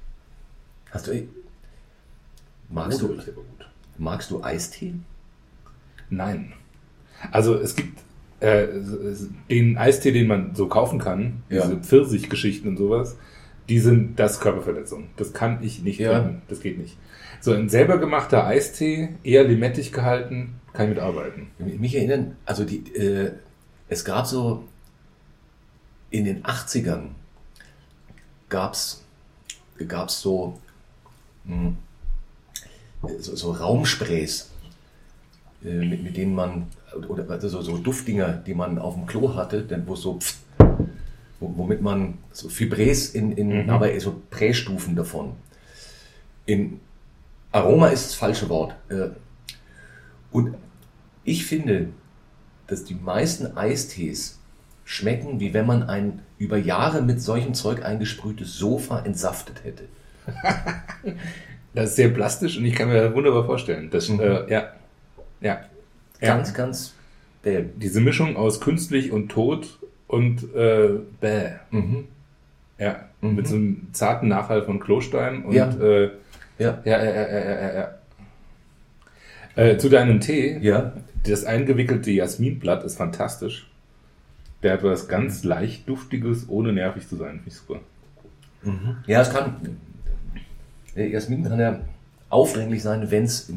Magst du Eistee? Nein. Also es gibt den Eistee, den man so kaufen kann, diese Pfirsichgeschichten und sowas, die sind das Körperverletzung. Das kann ich nicht trinken. Das geht nicht. So ein selber gemachter Eistee, eher limettig gehalten, kann ich mitarbeiten. Mich erinnern, also es gab so in den 80ern gab's so Raumsprays, mit denen man, oder so Duftdinger, die man auf dem Klo hatte, womit man so Fibrés aber so Prästufen davon. In Aroma ist das falsche Wort. Und ich finde, dass die meisten Eistees schmecken, wie wenn man ein über Jahre mit solchem Zeug eingesprühtes Sofa entsaftet hätte. Das ist sehr plastisch und ich kann mir das wunderbar vorstellen. Das, Ganz bäh. Diese Mischung aus künstlich und tot und bäh. Mhm. Ja, mit so einem zarten Nachhall von Klostein und zu deinem Tee, das eingewickelte Jasminblatt ist fantastisch. Der hat was ganz leicht Duftiges, ohne nervig zu sein. Finde ich super. Mhm. Ja, es kann. Jasmin kann ja aufdringlich sein, wenn es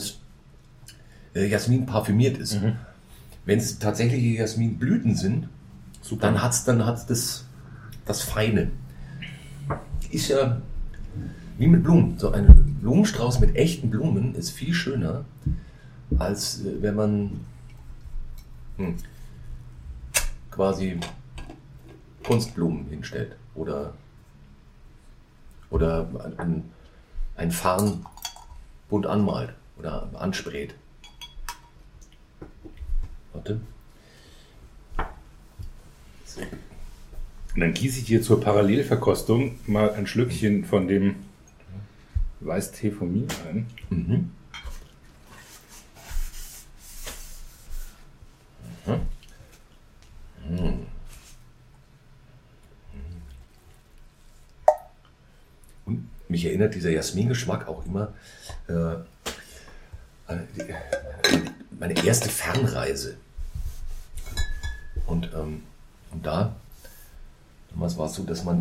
Jasmin parfümiert ist. Mhm. Wenn es tatsächliche Jasminblüten sind, super. Dann hat's das Feine. Ist ja wie mit Blumen. So ein Blumenstrauß mit echten Blumen ist viel schöner, als wenn man quasi Kunstblumen hinstellt oder ein Farn bunt anmalt oder ansprayt. Warte. So. Und dann gieße ich dir zur Parallelverkostung mal ein Schlückchen von dem Weißtee von mir ein. Mhm. Mhm. Und mich erinnert dieser Jasmingeschmack auch immer an meine erste Fernreise. Und damals war es so, dass man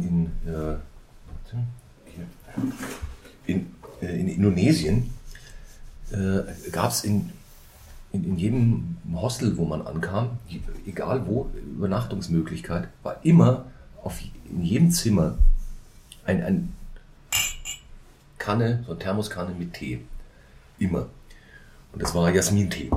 in Indonesien gab es in jedem Hostel, wo man ankam, egal wo, Übernachtungsmöglichkeit, war immer in jedem Zimmer eine Kanne, so eine Thermoskanne mit Tee. Immer. Und das war Jasmintee.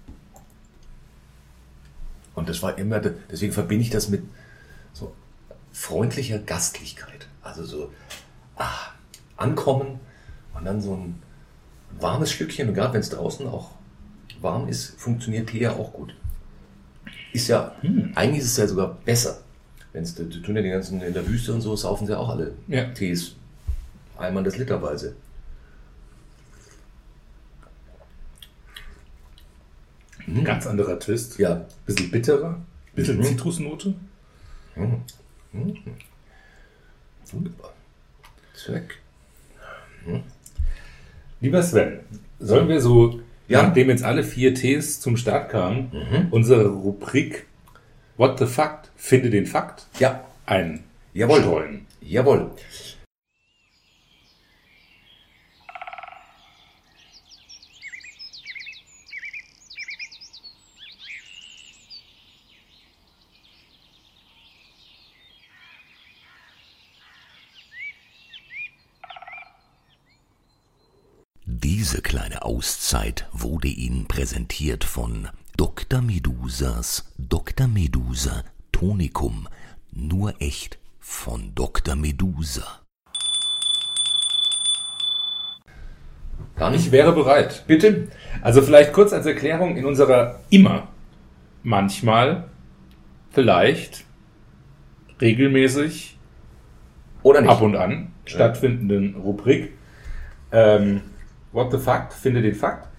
Und das war immer, deswegen verbinde ich das mit so freundlicher Gastlichkeit. Also so ankommen und dann so ein warmes Stückchen, und gerade wenn es draußen auch warm ist, funktioniert Tee ja auch gut. Ist ja, eigentlich ist es ja sogar besser. Die tun ja die ganzen in der Wüste und so, saufen sie ja auch alle Tees. Einmal das literweise. Ganz anderer Twist. Ja. Bisschen bitterer, bisschen Zitrusnote. Wunderbar. Zack. Lieber Sven, sollen wir so, Ja. nachdem jetzt alle 4 Tees zum Start kamen, unsere Rubrik What the Fact, finde den Fakt, Ja. Jawohl. einstreuen? Jawohl. Diese kleine Auszeit wurde Ihnen präsentiert von Dr. Medusas Dr. Medusa Tonikum. Nur echt von Dr. Medusa. Ich wäre bereit. Bitte? Also vielleicht kurz als Erklärung, in unserer immer, manchmal, vielleicht, regelmäßig, Oder nicht? ab und an stattfindenden Rubrik What the Fact, finde den Fakt.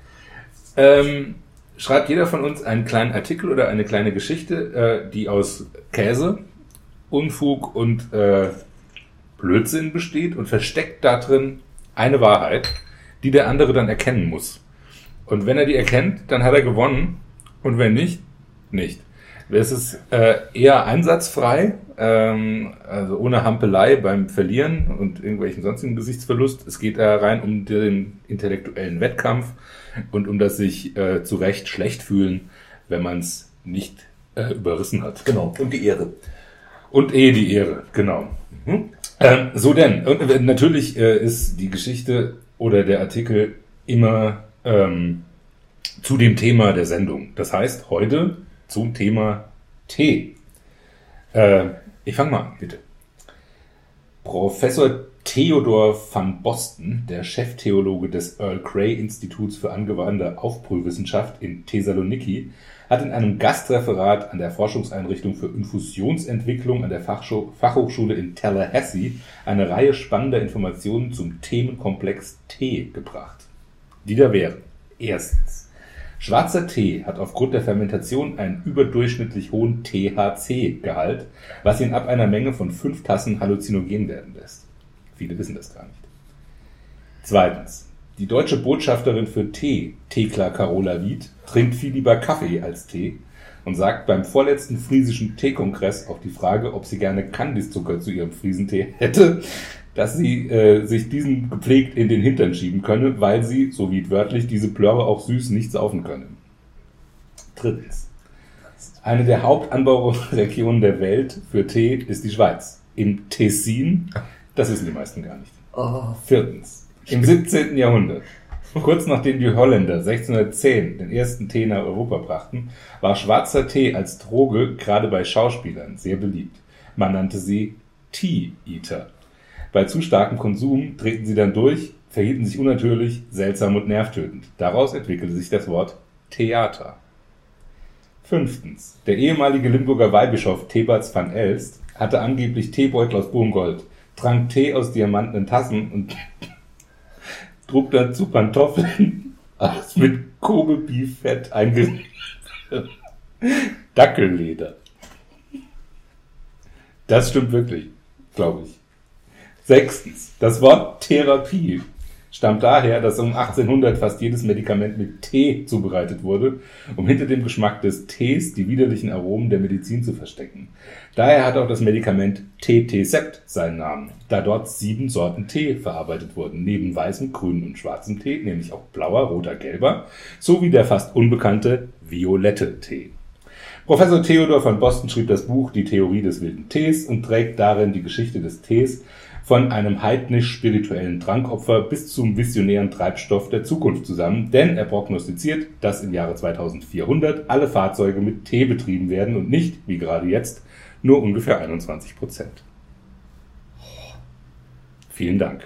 Schreibt jeder von uns einen kleinen Artikel oder eine kleine Geschichte, die aus Käse, Unfug und Blödsinn besteht und versteckt da drin eine Wahrheit, die der andere dann erkennen muss. Und wenn er die erkennt, dann hat er gewonnen und wenn nicht, nicht. Es ist eher einsatzfrei, also ohne Hampelei beim Verlieren und irgendwelchen sonstigen Gesichtsverlust. Es geht rein um den intellektuellen Wettkampf und um das sich zu Recht schlecht fühlen, wenn man es nicht überrissen hat. Genau. Und die Ehre. Und die Ehre, genau. So denn, und natürlich ist die Geschichte oder der Artikel immer zu dem Thema der Sendung. Das heißt, heute zum Thema Tee. Ich fange mal an, bitte. Professor Theodor van Boston, der Cheftheologe des Earl Grey Instituts für angewandte Aufbrühwissenschaft in Thessaloniki, hat in einem Gastreferat an der Forschungseinrichtung für Infusionsentwicklung an der Fachhochschule in Tallahassee eine Reihe spannender Informationen zum Themenkomplex Tee gebracht. Die da wären: Erstens. Schwarzer Tee hat aufgrund der Fermentation einen überdurchschnittlich hohen THC-Gehalt, was ihn ab einer Menge von 5 Tassen halluzinogen werden lässt. Viele wissen das gar nicht. Zweitens. Die deutsche Botschafterin für Tee, Thekla Carola Wied, trinkt viel lieber Kaffee als Tee und sagt beim vorletzten friesischen Teekongress auf die Frage, ob sie gerne Kandiszucker zu ihrem Friesentee hätte, dass sie sich diesen gepflegt in den Hintern schieben könne, weil sie, so wie wörtlich, diese Plörre auch süß nicht saufen könne. Drittens. Eine der Hauptanbauregionen der Welt für Tee ist die Schweiz. Im Tessin, das wissen die meisten gar nicht. Viertens. Im 17. Jahrhundert, kurz nachdem die Holländer 1610 den ersten Tee nach Europa brachten, war schwarzer Tee als Droge gerade bei Schauspielern sehr beliebt. Man nannte sie Tea-Eater. Bei zu starkem Konsum drehten sie dann durch, verhielten sich unnatürlich, seltsam und nervtötend. Daraus entwickelte sich das Wort Theater. Fünftens. Der ehemalige Limburger Weihbischof Thebats van Elst hatte angeblich Teebeutel aus Burgengold, trank Tee aus diamantenen Tassen und trug dazu Pantoffeln aus mit Kobe-Beef-Fett eingerichtetem Dackelleder. Das stimmt wirklich, glaube ich. Sechstens. Das Wort Therapie stammt daher, dass um 1800 fast jedes Medikament mit Tee zubereitet wurde, um hinter dem Geschmack des Tees die widerlichen Aromen der Medizin zu verstecken. Daher hat auch das Medikament Teesept seinen Namen, da dort 7 Sorten Tee verarbeitet wurden, neben weißem, grünem und schwarzem Tee, nämlich auch blauer, roter, gelber, sowie der fast unbekannte violette Tee. Professor Theodor van Boston schrieb das Buch Die Theorie des wilden Tees und trägt darin die Geschichte des Tees von einem heidnisch-spirituellen Trankopfer bis zum visionären Treibstoff der Zukunft zusammen, denn er prognostiziert, dass im Jahre 2400 alle Fahrzeuge mit Tee betrieben werden und nicht, wie gerade jetzt, nur ungefähr 21%. Vielen Dank.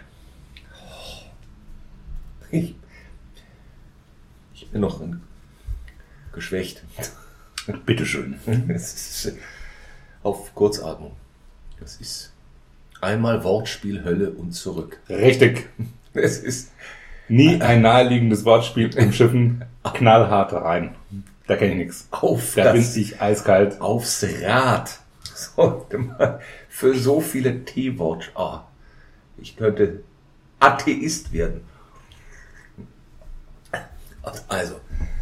Ich bin noch geschwächt. Bitteschön. Es ist auf Kurzatmung. Das ist einmal Wortspiel, Hölle und zurück. Richtig. Es ist Nie ein naheliegendes Wortspiel im Schiffen knallhart rein. Da kenne ich nichts. Auf Da bin ich eiskalt. Aufs Rad. Sollte man für so viele T-Watch. Ich könnte Atheist werden. Also.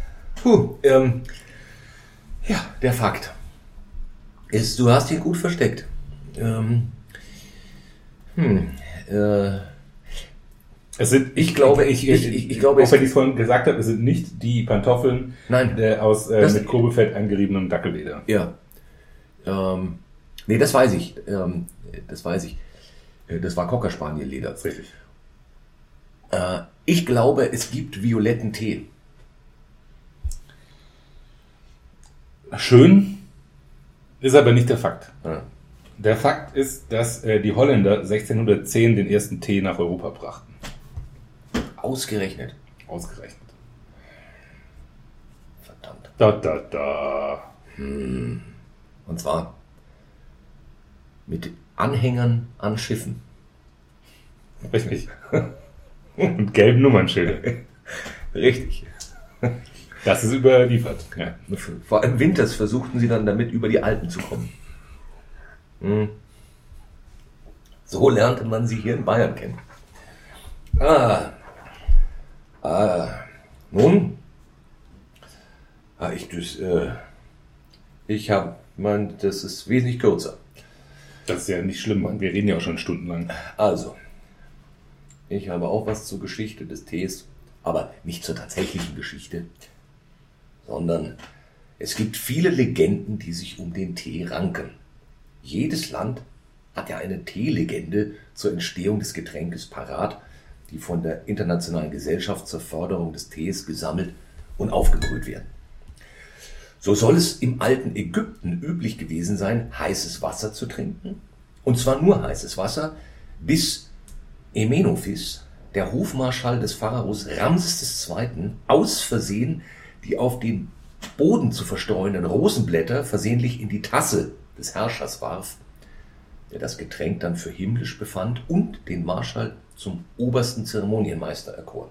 Ja, der Fakt ist, du hast ihn gut versteckt. Es sind, ich glaube, auch wenn ich vorhin gesagt habe, es sind nicht die Pantoffeln aus mit Kurbelfett angeriebenem Dackelleder. Ja. Nee, das weiß ich. Das war Cocker Spaniel Leder. Richtig. Ich glaube, es gibt violetten Tee. Schön, ist aber nicht der Fakt. Ja. Der Fakt ist, dass die Holländer 1610 den ersten Tee nach Europa brachten. Ausgerechnet. Verdammt. Da. Und zwar mit Anhängern an Schiffen. Richtig. Und gelben Nummernschilder. Richtig. Das ist überliefert. Ja. Vor allem winters versuchten sie dann damit über die Alpen zu kommen. So lernte man sie hier in Bayern kennen. Nun, das ist wesentlich kürzer. Das ist ja nicht schlimm, wir reden ja auch schon stundenlang. Also, ich habe auch was zur Geschichte des Tees, aber nicht zur tatsächlichen Geschichte, sondern es gibt viele Legenden, die sich um den Tee ranken. Jedes Land hat ja eine Teelegende zur Entstehung des Getränkes parat, die von der Internationalen Gesellschaft zur Förderung des Tees gesammelt und aufgebrüht werden. So soll es im alten Ägypten üblich gewesen sein, heißes Wasser zu trinken, und zwar nur heißes Wasser, bis Emenophis, der Hofmarschall des Pharaos Ramses II., aus Versehen die auf den Boden zu verstreuenden Rosenblätter versehentlich in die Tasse des Herrschers warf, der das Getränk dann für himmlisch befand und den Marschall zum obersten Zeremonienmeister erkoren.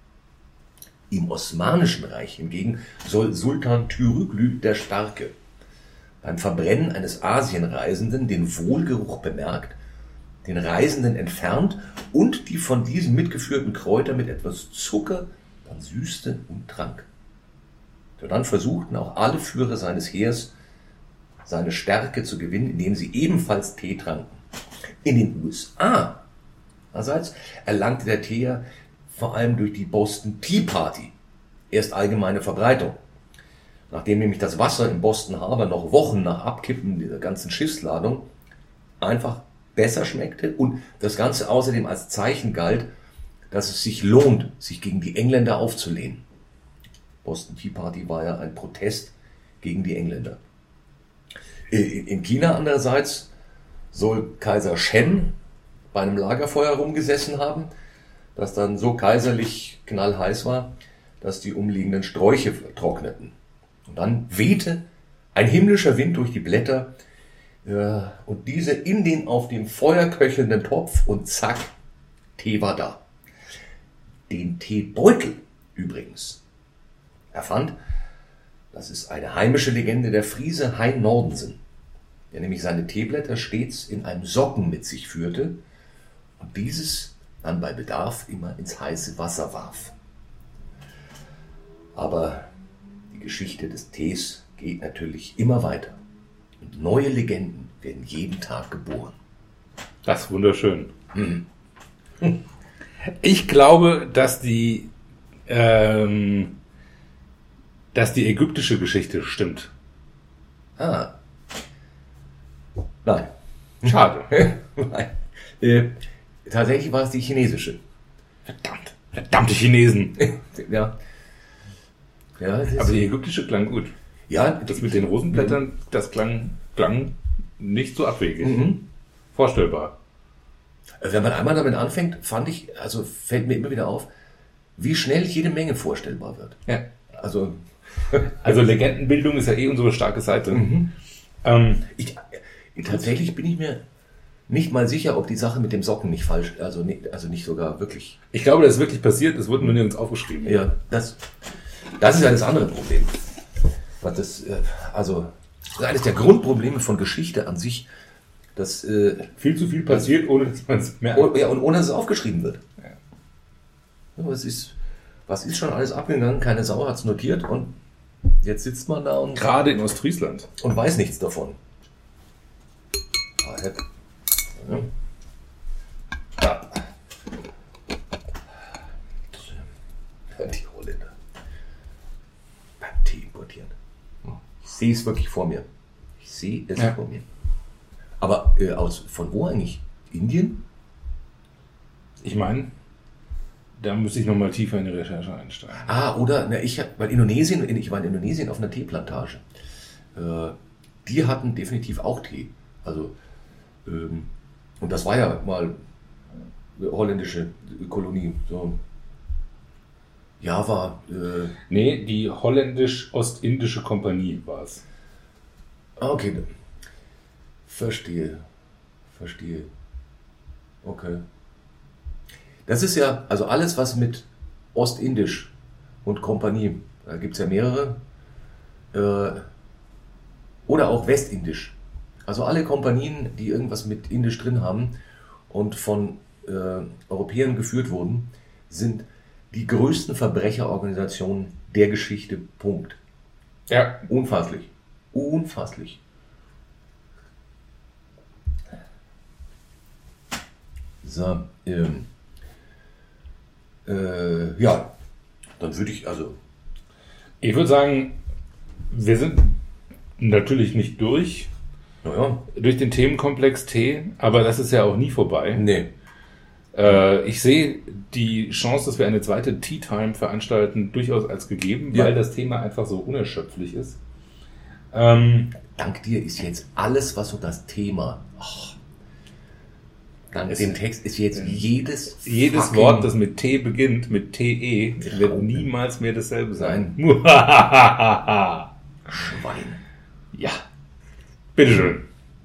Im Osmanischen Reich hingegen soll Sultan Türüglü der Starke beim Verbrennen eines Asienreisenden den Wohlgeruch bemerkt, den Reisenden entfernt und die von diesem mitgeführten Kräuter mit etwas Zucker dann süßte und trank. Dann versuchten auch alle Führer seines Heers, seine Stärke zu gewinnen, indem sie ebenfalls Tee tranken. In den USA andererseits erlangte der Tee ja vor allem durch die Boston Tea Party erst allgemeine Verbreitung. Nachdem nämlich das Wasser im Boston Harbor noch Wochen nach Abkippen dieser ganzen Schiffsladung einfach besser schmeckte und das Ganze außerdem als Zeichen galt, dass es sich lohnt, sich gegen die Engländer aufzulehnen. Boston Tea Party war ja ein Protest gegen die Engländer. In China andererseits soll Kaiser Shen bei einem Lagerfeuer rumgesessen haben, das dann so kaiserlich knallheiß war, dass die umliegenden Sträuche trockneten. Und dann wehte ein himmlischer Wind durch die Blätter und diese in den auf dem Feuer köchelnden Topf und zack, Tee war da. Den Teebeutel übrigens erfand, das ist eine heimische Legende, der Friese Hein Nordensen, der nämlich seine Teeblätter stets in einem Socken mit sich führte und dieses dann bei Bedarf immer ins heiße Wasser warf. Aber die Geschichte des Tees geht natürlich immer weiter und neue Legenden werden jeden Tag geboren. Das ist wunderschön. Ich glaube, dass die ägyptische Geschichte stimmt. Nein. Schade. Nein. Tatsächlich war es die chinesische. Verdammte Chinesen. Ja. Aber die ägyptische klang gut. Ja, das mit den Rosenblättern, das klang nicht so abwegig. Vorstellbar. Wenn man einmal damit anfängt, fällt mir immer wieder auf, wie schnell jede Menge vorstellbar wird. Ja. Also Legendenbildung ist ja unsere starke Seite. Tatsächlich bin ich mir nicht mal sicher, ob die Sache mit dem Socken nicht falsch, also nicht sogar wirklich. Ich glaube, das ist wirklich passiert, es wurde nur nirgends aufgeschrieben. Ja, das ist ja das andere Problem. Was das, also, das ist eines der Grundprobleme von Geschichte an sich, dass Viel zu viel passiert, ohne dass man es merkt. ja, und ohne dass es aufgeschrieben wird. Ja, was ist schon alles abgegangen? Keine Sau hat es notiert und jetzt sitzt man da und Gerade in Ostfriesland. weiß nichts davon. Ja. Ja. Die Holländer. Beim Tee importieren. Ich sehe es wirklich vor mir. Ich sehe es vor mir. Aber von wo eigentlich? Indien? Ich meine, da müsste ich nochmal tiefer in die Recherche einsteigen. Oder ich war in Indonesien auf einer Teeplantage. Die hatten definitiv auch Tee. Also, und das war ja mal eine holländische Kolonie. So. Java. Nee, die holländisch-ostindische Kompanie war es. Okay. Verstehe. Okay. Das ist ja, also alles, was mit Ostindisch und Kompanie, da gibt es ja mehrere, oder auch Westindisch. Also alle Kompanien, die irgendwas mit Indisch drin haben und von Europäern geführt wurden, sind die größten Verbrecherorganisationen der Geschichte. Punkt. Ja. Unfasslich. So, ja, dann würde ich, Ich würde sagen, wir sind natürlich nicht durch den Themenkomplex Tee, aber das ist ja auch nie vorbei. Nee. Ich sehe die Chance, dass wir eine zweite Tea Time veranstalten, durchaus als gegeben, Ja. weil das Thema einfach so unerschöpflich ist. Dank dir ist jetzt alles, was so das Thema, dank dem Text ist jetzt jedes fucking Wort, das mit T beginnt, mit TE, wird niemals mehr dasselbe sein. Schwein. Ja. Bitteschön.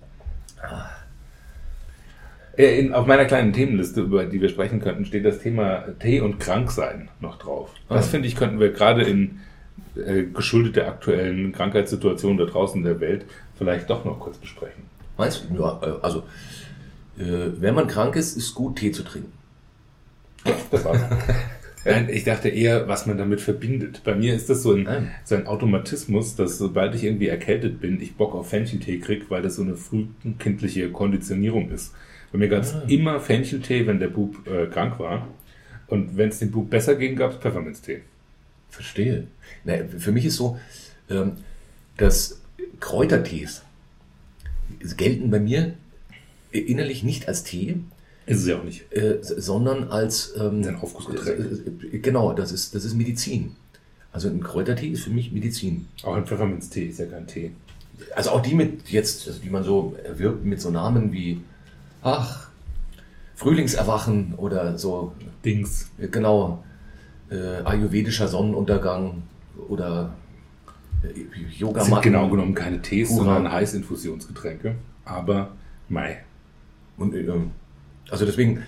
Auf meiner kleinen Themenliste, über die wir sprechen könnten, steht das Thema Tee und Kranksein noch drauf. Das finde ich, könnten wir gerade in geschuldet der aktuellen Krankheitssituation da draußen in der Welt vielleicht doch noch kurz besprechen. Meinst du? Ja, also, wenn man krank ist, ist gut, Tee zu trinken. Das war's. Nein, ich dachte eher, was man damit verbindet. Bei mir ist das so ein Automatismus, dass sobald ich irgendwie erkältet bin, ich Bock auf Fencheltee kriege, weil das so eine frühkindliche Konditionierung ist. Bei mir gab es immer Fencheltee, wenn der Bub krank war. Und wenn es dem Bub besser ging, gab es Pfefferminztee. Verstehe. Na, für mich ist so, dass Kräutertees gelten bei mir innerlich nicht als Tee, Ist es ja auch nicht. sondern als Ein Aufgussgetränk. Genau, das ist Medizin. Also ein Kräutertee ist für mich Medizin. Auch ein Pfefferminztee ist ja kein Tee. Also auch die die man so erwirbt mit so Namen wie Frühlingserwachen oder so. Dings. Genau. Ayurvedischer Sonnenuntergang oder Das sind genau genommen keine Tees, Hurra. sondern Heißinfusionsgetränke. Aber mei. Und also deswegen,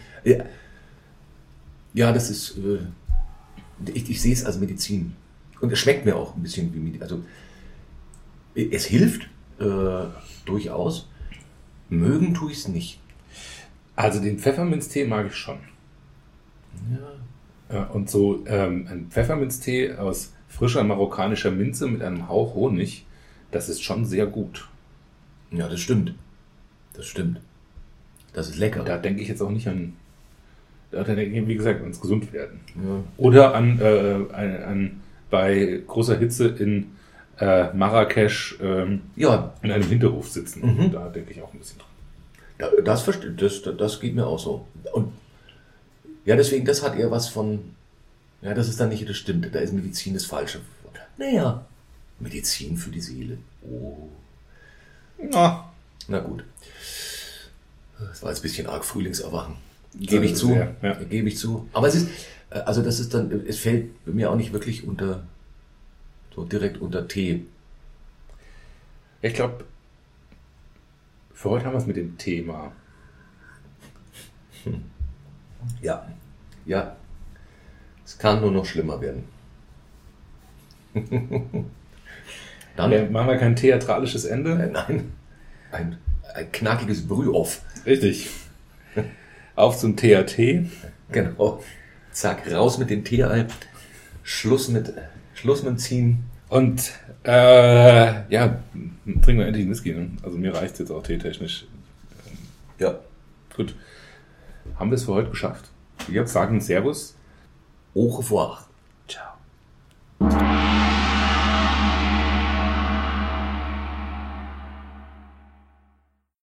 ja, das ist, ich sehe es als Medizin. Und es schmeckt mir auch ein bisschen wie Medizin. Also es hilft durchaus. Mögen tue ich es nicht. Also den Pfefferminztee mag ich schon. Ja. Und so ein Pfefferminztee aus frischer marokkanischer Minze mit einem Hauch Honig, das ist schon sehr gut. Ja, das stimmt. Das stimmt. Das ist lecker. Da denke ich jetzt auch nicht an, da denke ich, wie gesagt, ans Gesundwerden. Ja. Oder an bei großer Hitze in Marrakesch Ja, in einem Hinterhof sitzen. Mhm. Da denke ich auch ein bisschen dran. das geht mir auch so. Und ja, deswegen, das hat eher was von, ja, das ist dann nicht das Stimmte, da ist Medizin das Falsche. Naja, Medizin für die Seele. Oh. Na gut. Das war jetzt ein bisschen arg Frühlingserwachen. Gebe ich zu. Sehr, ja. Gebe ich zu. Aber es ist, also das ist dann, es fällt bei mir auch nicht wirklich so direkt unter Tee. Ich glaube, für heute haben wir es mit dem Thema. Ja. Ja. Es kann nur noch schlimmer werden. Dann, Machen wir kein theatralisches Ende? nein, ein knackiges Brühoff. Richtig. Auf zum TAT. Genau. Zack, raus mit dem Tierei. Schluss mit Ziehen. Und trinken wir endlich einen Whisky. Ne? Also mir reicht es jetzt auch teetechnisch. Ja. Gut. Haben wir es für heute geschafft? Ja. Sagen Servus. Au revoir.